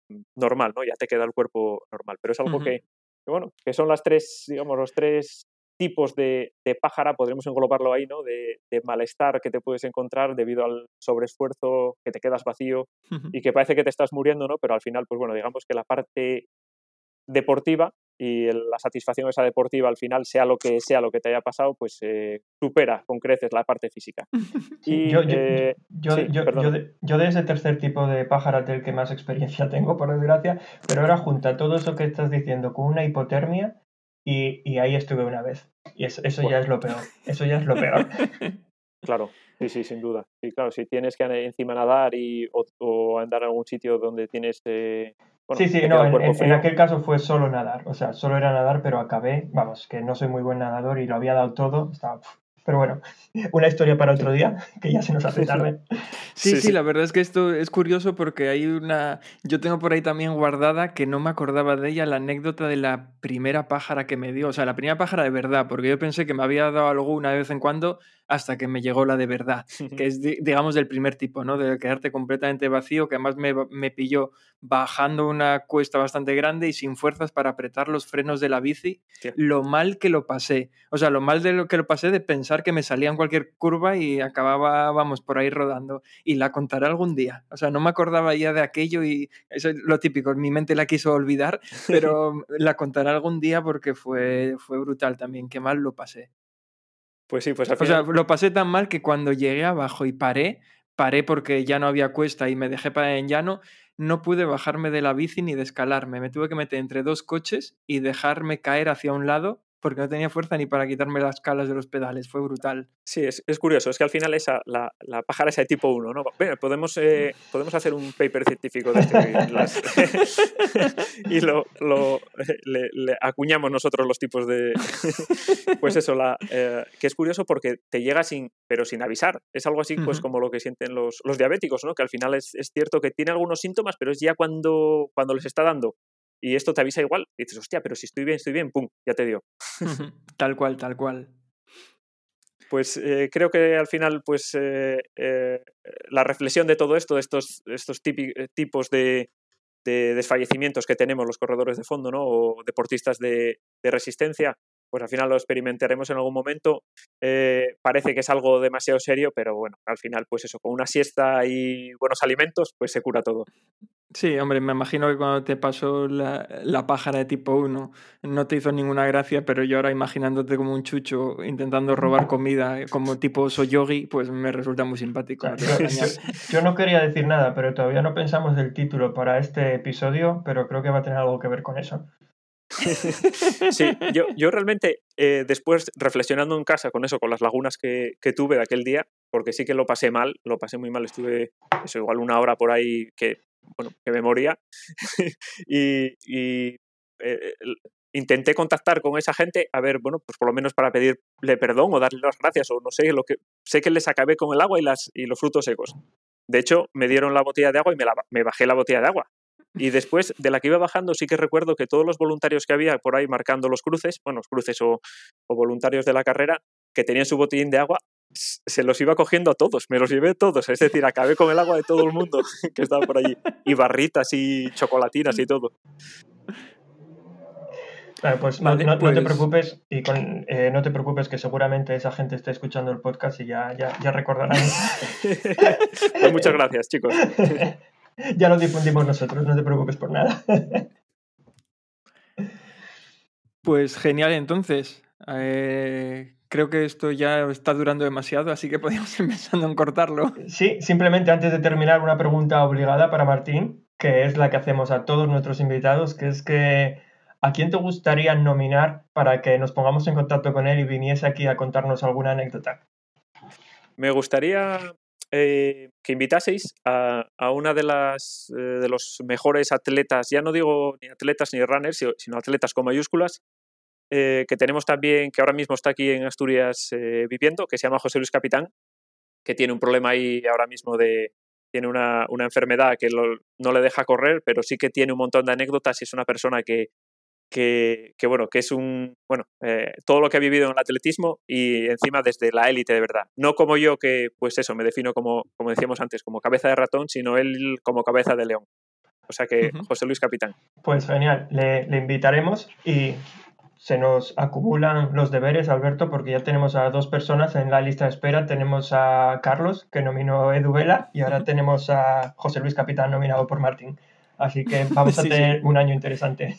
normal, ¿no? Ya te queda el cuerpo normal. Pero es algo que bueno, que son los tres tipos de pájara, podríamos englobarlo ahí, ¿no? De malestar que te puedes encontrar debido al sobreesfuerzo, que te quedas vacío y que parece que te estás muriendo, ¿no? Pero al final, pues bueno, digamos que la parte deportiva y la satisfacción esa deportiva al final, sea lo que te haya pasado, pues supera con creces la parte física. Sí, Y, yo de ese tercer tipo de pájaro del que más experiencia tengo, por desgracia, pero ahora junta todo eso que estás diciendo con una hipotermia y ahí estuve una vez. Y eso Bueno. ya es lo peor. Eso ya es lo peor. Claro, sí, sin duda. Sí, claro, si tienes que encima nadar o andar a algún sitio donde tienes... sí, no, en aquel caso fue solo nadar. O sea, solo era nadar, pero acabé, vamos, que no soy muy buen nadador y lo había dado todo. Pero bueno, una historia para otro día, que ya se nos hace tarde. Sí, la verdad es que esto es curioso porque hay yo tengo por ahí también guardada, que no me acordaba de ella, la anécdota de la primera pájara que me dio. O sea, la primera pájara de verdad, porque yo pensé que me había dado alguna de vez en cuando hasta que me llegó la de verdad, que es, digamos, del primer tipo, ¿no? De quedarte completamente vacío, que además me pilló bajando una cuesta bastante grande y sin fuerzas para apretar los frenos de la bici. Sí. Lo mal que lo pasé. O sea, lo mal de lo que lo pasé de pensar que me salía en cualquier curva y acababa, vamos, por ahí rodando. Y la contaré algún día. O sea, no me acordaba ya de aquello y eso es lo típico. Mi mente la quiso olvidar, pero la contaré algún día porque fue brutal también. Qué mal lo pasé. Pues sí, pues al final... O sea, lo pasé tan mal que cuando llegué abajo y paré porque ya no había cuesta y me dejé para en llano, no pude bajarme de la bici ni de escalarme. Me tuve que meter entre dos coches y dejarme caer hacia un lado porque no tenía fuerza ni para quitarme las calas de los pedales. Fue brutal. Sí, es curioso. Es que al final la pájara esa de tipo 1, ¿no? Bueno, podemos hacer un paper científico de esto y le acuñamos nosotros los tipos de... Pues eso, que es curioso porque te llega pero sin avisar. Es algo así pues como lo que sienten los diabéticos, ¿no? Que al final es cierto que tiene algunos síntomas, pero es ya cuando les está dando. Y esto te avisa igual. Y dices, hostia, pero si estoy bien, pum, ya te dio. Tal cual. Pues creo que al final pues la reflexión de todo esto, de estos tipos de desfallecimientos que tenemos los corredores de fondo, ¿no? O deportistas de resistencia, pues al final lo experimentaremos en algún momento. Parece que es algo demasiado serio, pero bueno, al final pues eso, con una siesta y buenos alimentos, pues se cura todo. Sí, hombre, me imagino que cuando te pasó la pájara de tipo 1 no te hizo ninguna gracia, pero yo ahora imaginándote como un chucho intentando robar comida como tipo Soyogi, pues me resulta muy simpático. O sea, yo no quería decir nada, pero todavía no pensamos del título para este episodio, pero creo que va a tener algo que ver con eso. Sí, yo realmente después reflexionando en casa con eso, con las lagunas que tuve de aquel día, porque sí que lo pasé muy mal, estuve eso, igual una hora por ahí que me moría y intenté contactar con esa gente, a ver, bueno, pues por lo menos para pedirle perdón o darle las gracias o no sé, sé que les acabé con el agua y los frutos secos. De hecho, me dieron la botella de agua y me bajé la botella de agua. Y después de la que iba bajando sí que recuerdo que todos los voluntarios que había por ahí marcando los cruces o voluntarios de la carrera que tenían su botellín de agua, se los iba cogiendo a todos, me los llevé todos, es decir, acabé con el agua de todo el mundo que estaba por allí, y barritas y chocolatinas y todo. Pues vale, no te preocupes no te preocupes que seguramente esa gente esté escuchando el podcast y ya recordarán. Pues muchas gracias, chicos. Ya lo difundimos nosotros, no te preocupes por nada. Pues genial, entonces. Creo que esto ya está durando demasiado, así que podríamos ir pensando en cortarlo. Sí, simplemente antes de terminar, una pregunta obligada para Martín, que es la que hacemos a todos nuestros invitados, que es que ¿a quién te gustaría nominar para que nos pongamos en contacto con él y viniese aquí a contarnos alguna anécdota? Me gustaría que invitaseis a una de los mejores atletas, ya no digo ni atletas ni runners, sino atletas con mayúsculas, que tenemos también, que ahora mismo está aquí en Asturias viviendo, que se llama José Luis Capitán, que tiene un problema ahí ahora mismo tiene una enfermedad que no le deja correr, pero sí que tiene un montón de anécdotas y es una persona que es todo lo que ha vivido en el atletismo y encima desde la élite de verdad. No como yo que, pues eso, me defino como decíamos antes, como cabeza de ratón, sino él como cabeza de león. O sea que José Luis Capitán. Pues genial, le invitaremos y se nos acumulan los deberes, Alberto, porque ya tenemos a 2 personas en la lista de espera. Tenemos a Carlos, que nominó Edu Vela, y ahora tenemos a José Luis Capitán, nominado por Martín. Así que vamos a tener un año interesante.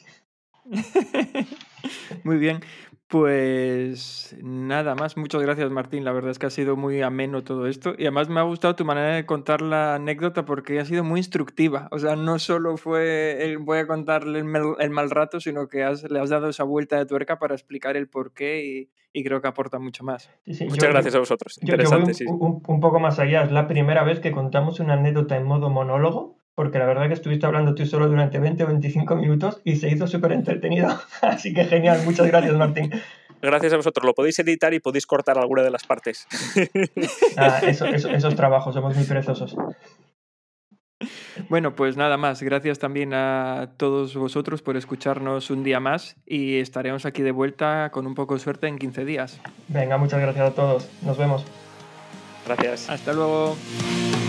Muy bien, pues nada más. Muchas gracias, Martín. La verdad es que ha sido muy ameno todo esto. Y además me ha gustado tu manera de contar la anécdota porque ha sido muy instructiva. O sea, no solo fue el voy a contarle el mal rato, sino que le has dado esa vuelta de tuerca para explicar el porqué y creo que aporta mucho más. Sí, Muchas gracias a vosotros. Yo Interesante, voy un poco más allá. Es la primera vez que contamos una anécdota en modo monólogo, porque la verdad que estuviste hablando tú solo durante 20 o 25 minutos y se hizo súper entretenido. Así que genial. Muchas gracias, Martín. Gracias a vosotros. Lo podéis editar y podéis cortar alguna de las partes. Esos trabajos, somos muy perezosos. Bueno, pues nada más. Gracias también a todos vosotros por escucharnos un día más y estaremos aquí de vuelta con un poco de suerte en 15 días. Venga, muchas gracias a todos. Nos vemos. Gracias. Hasta luego.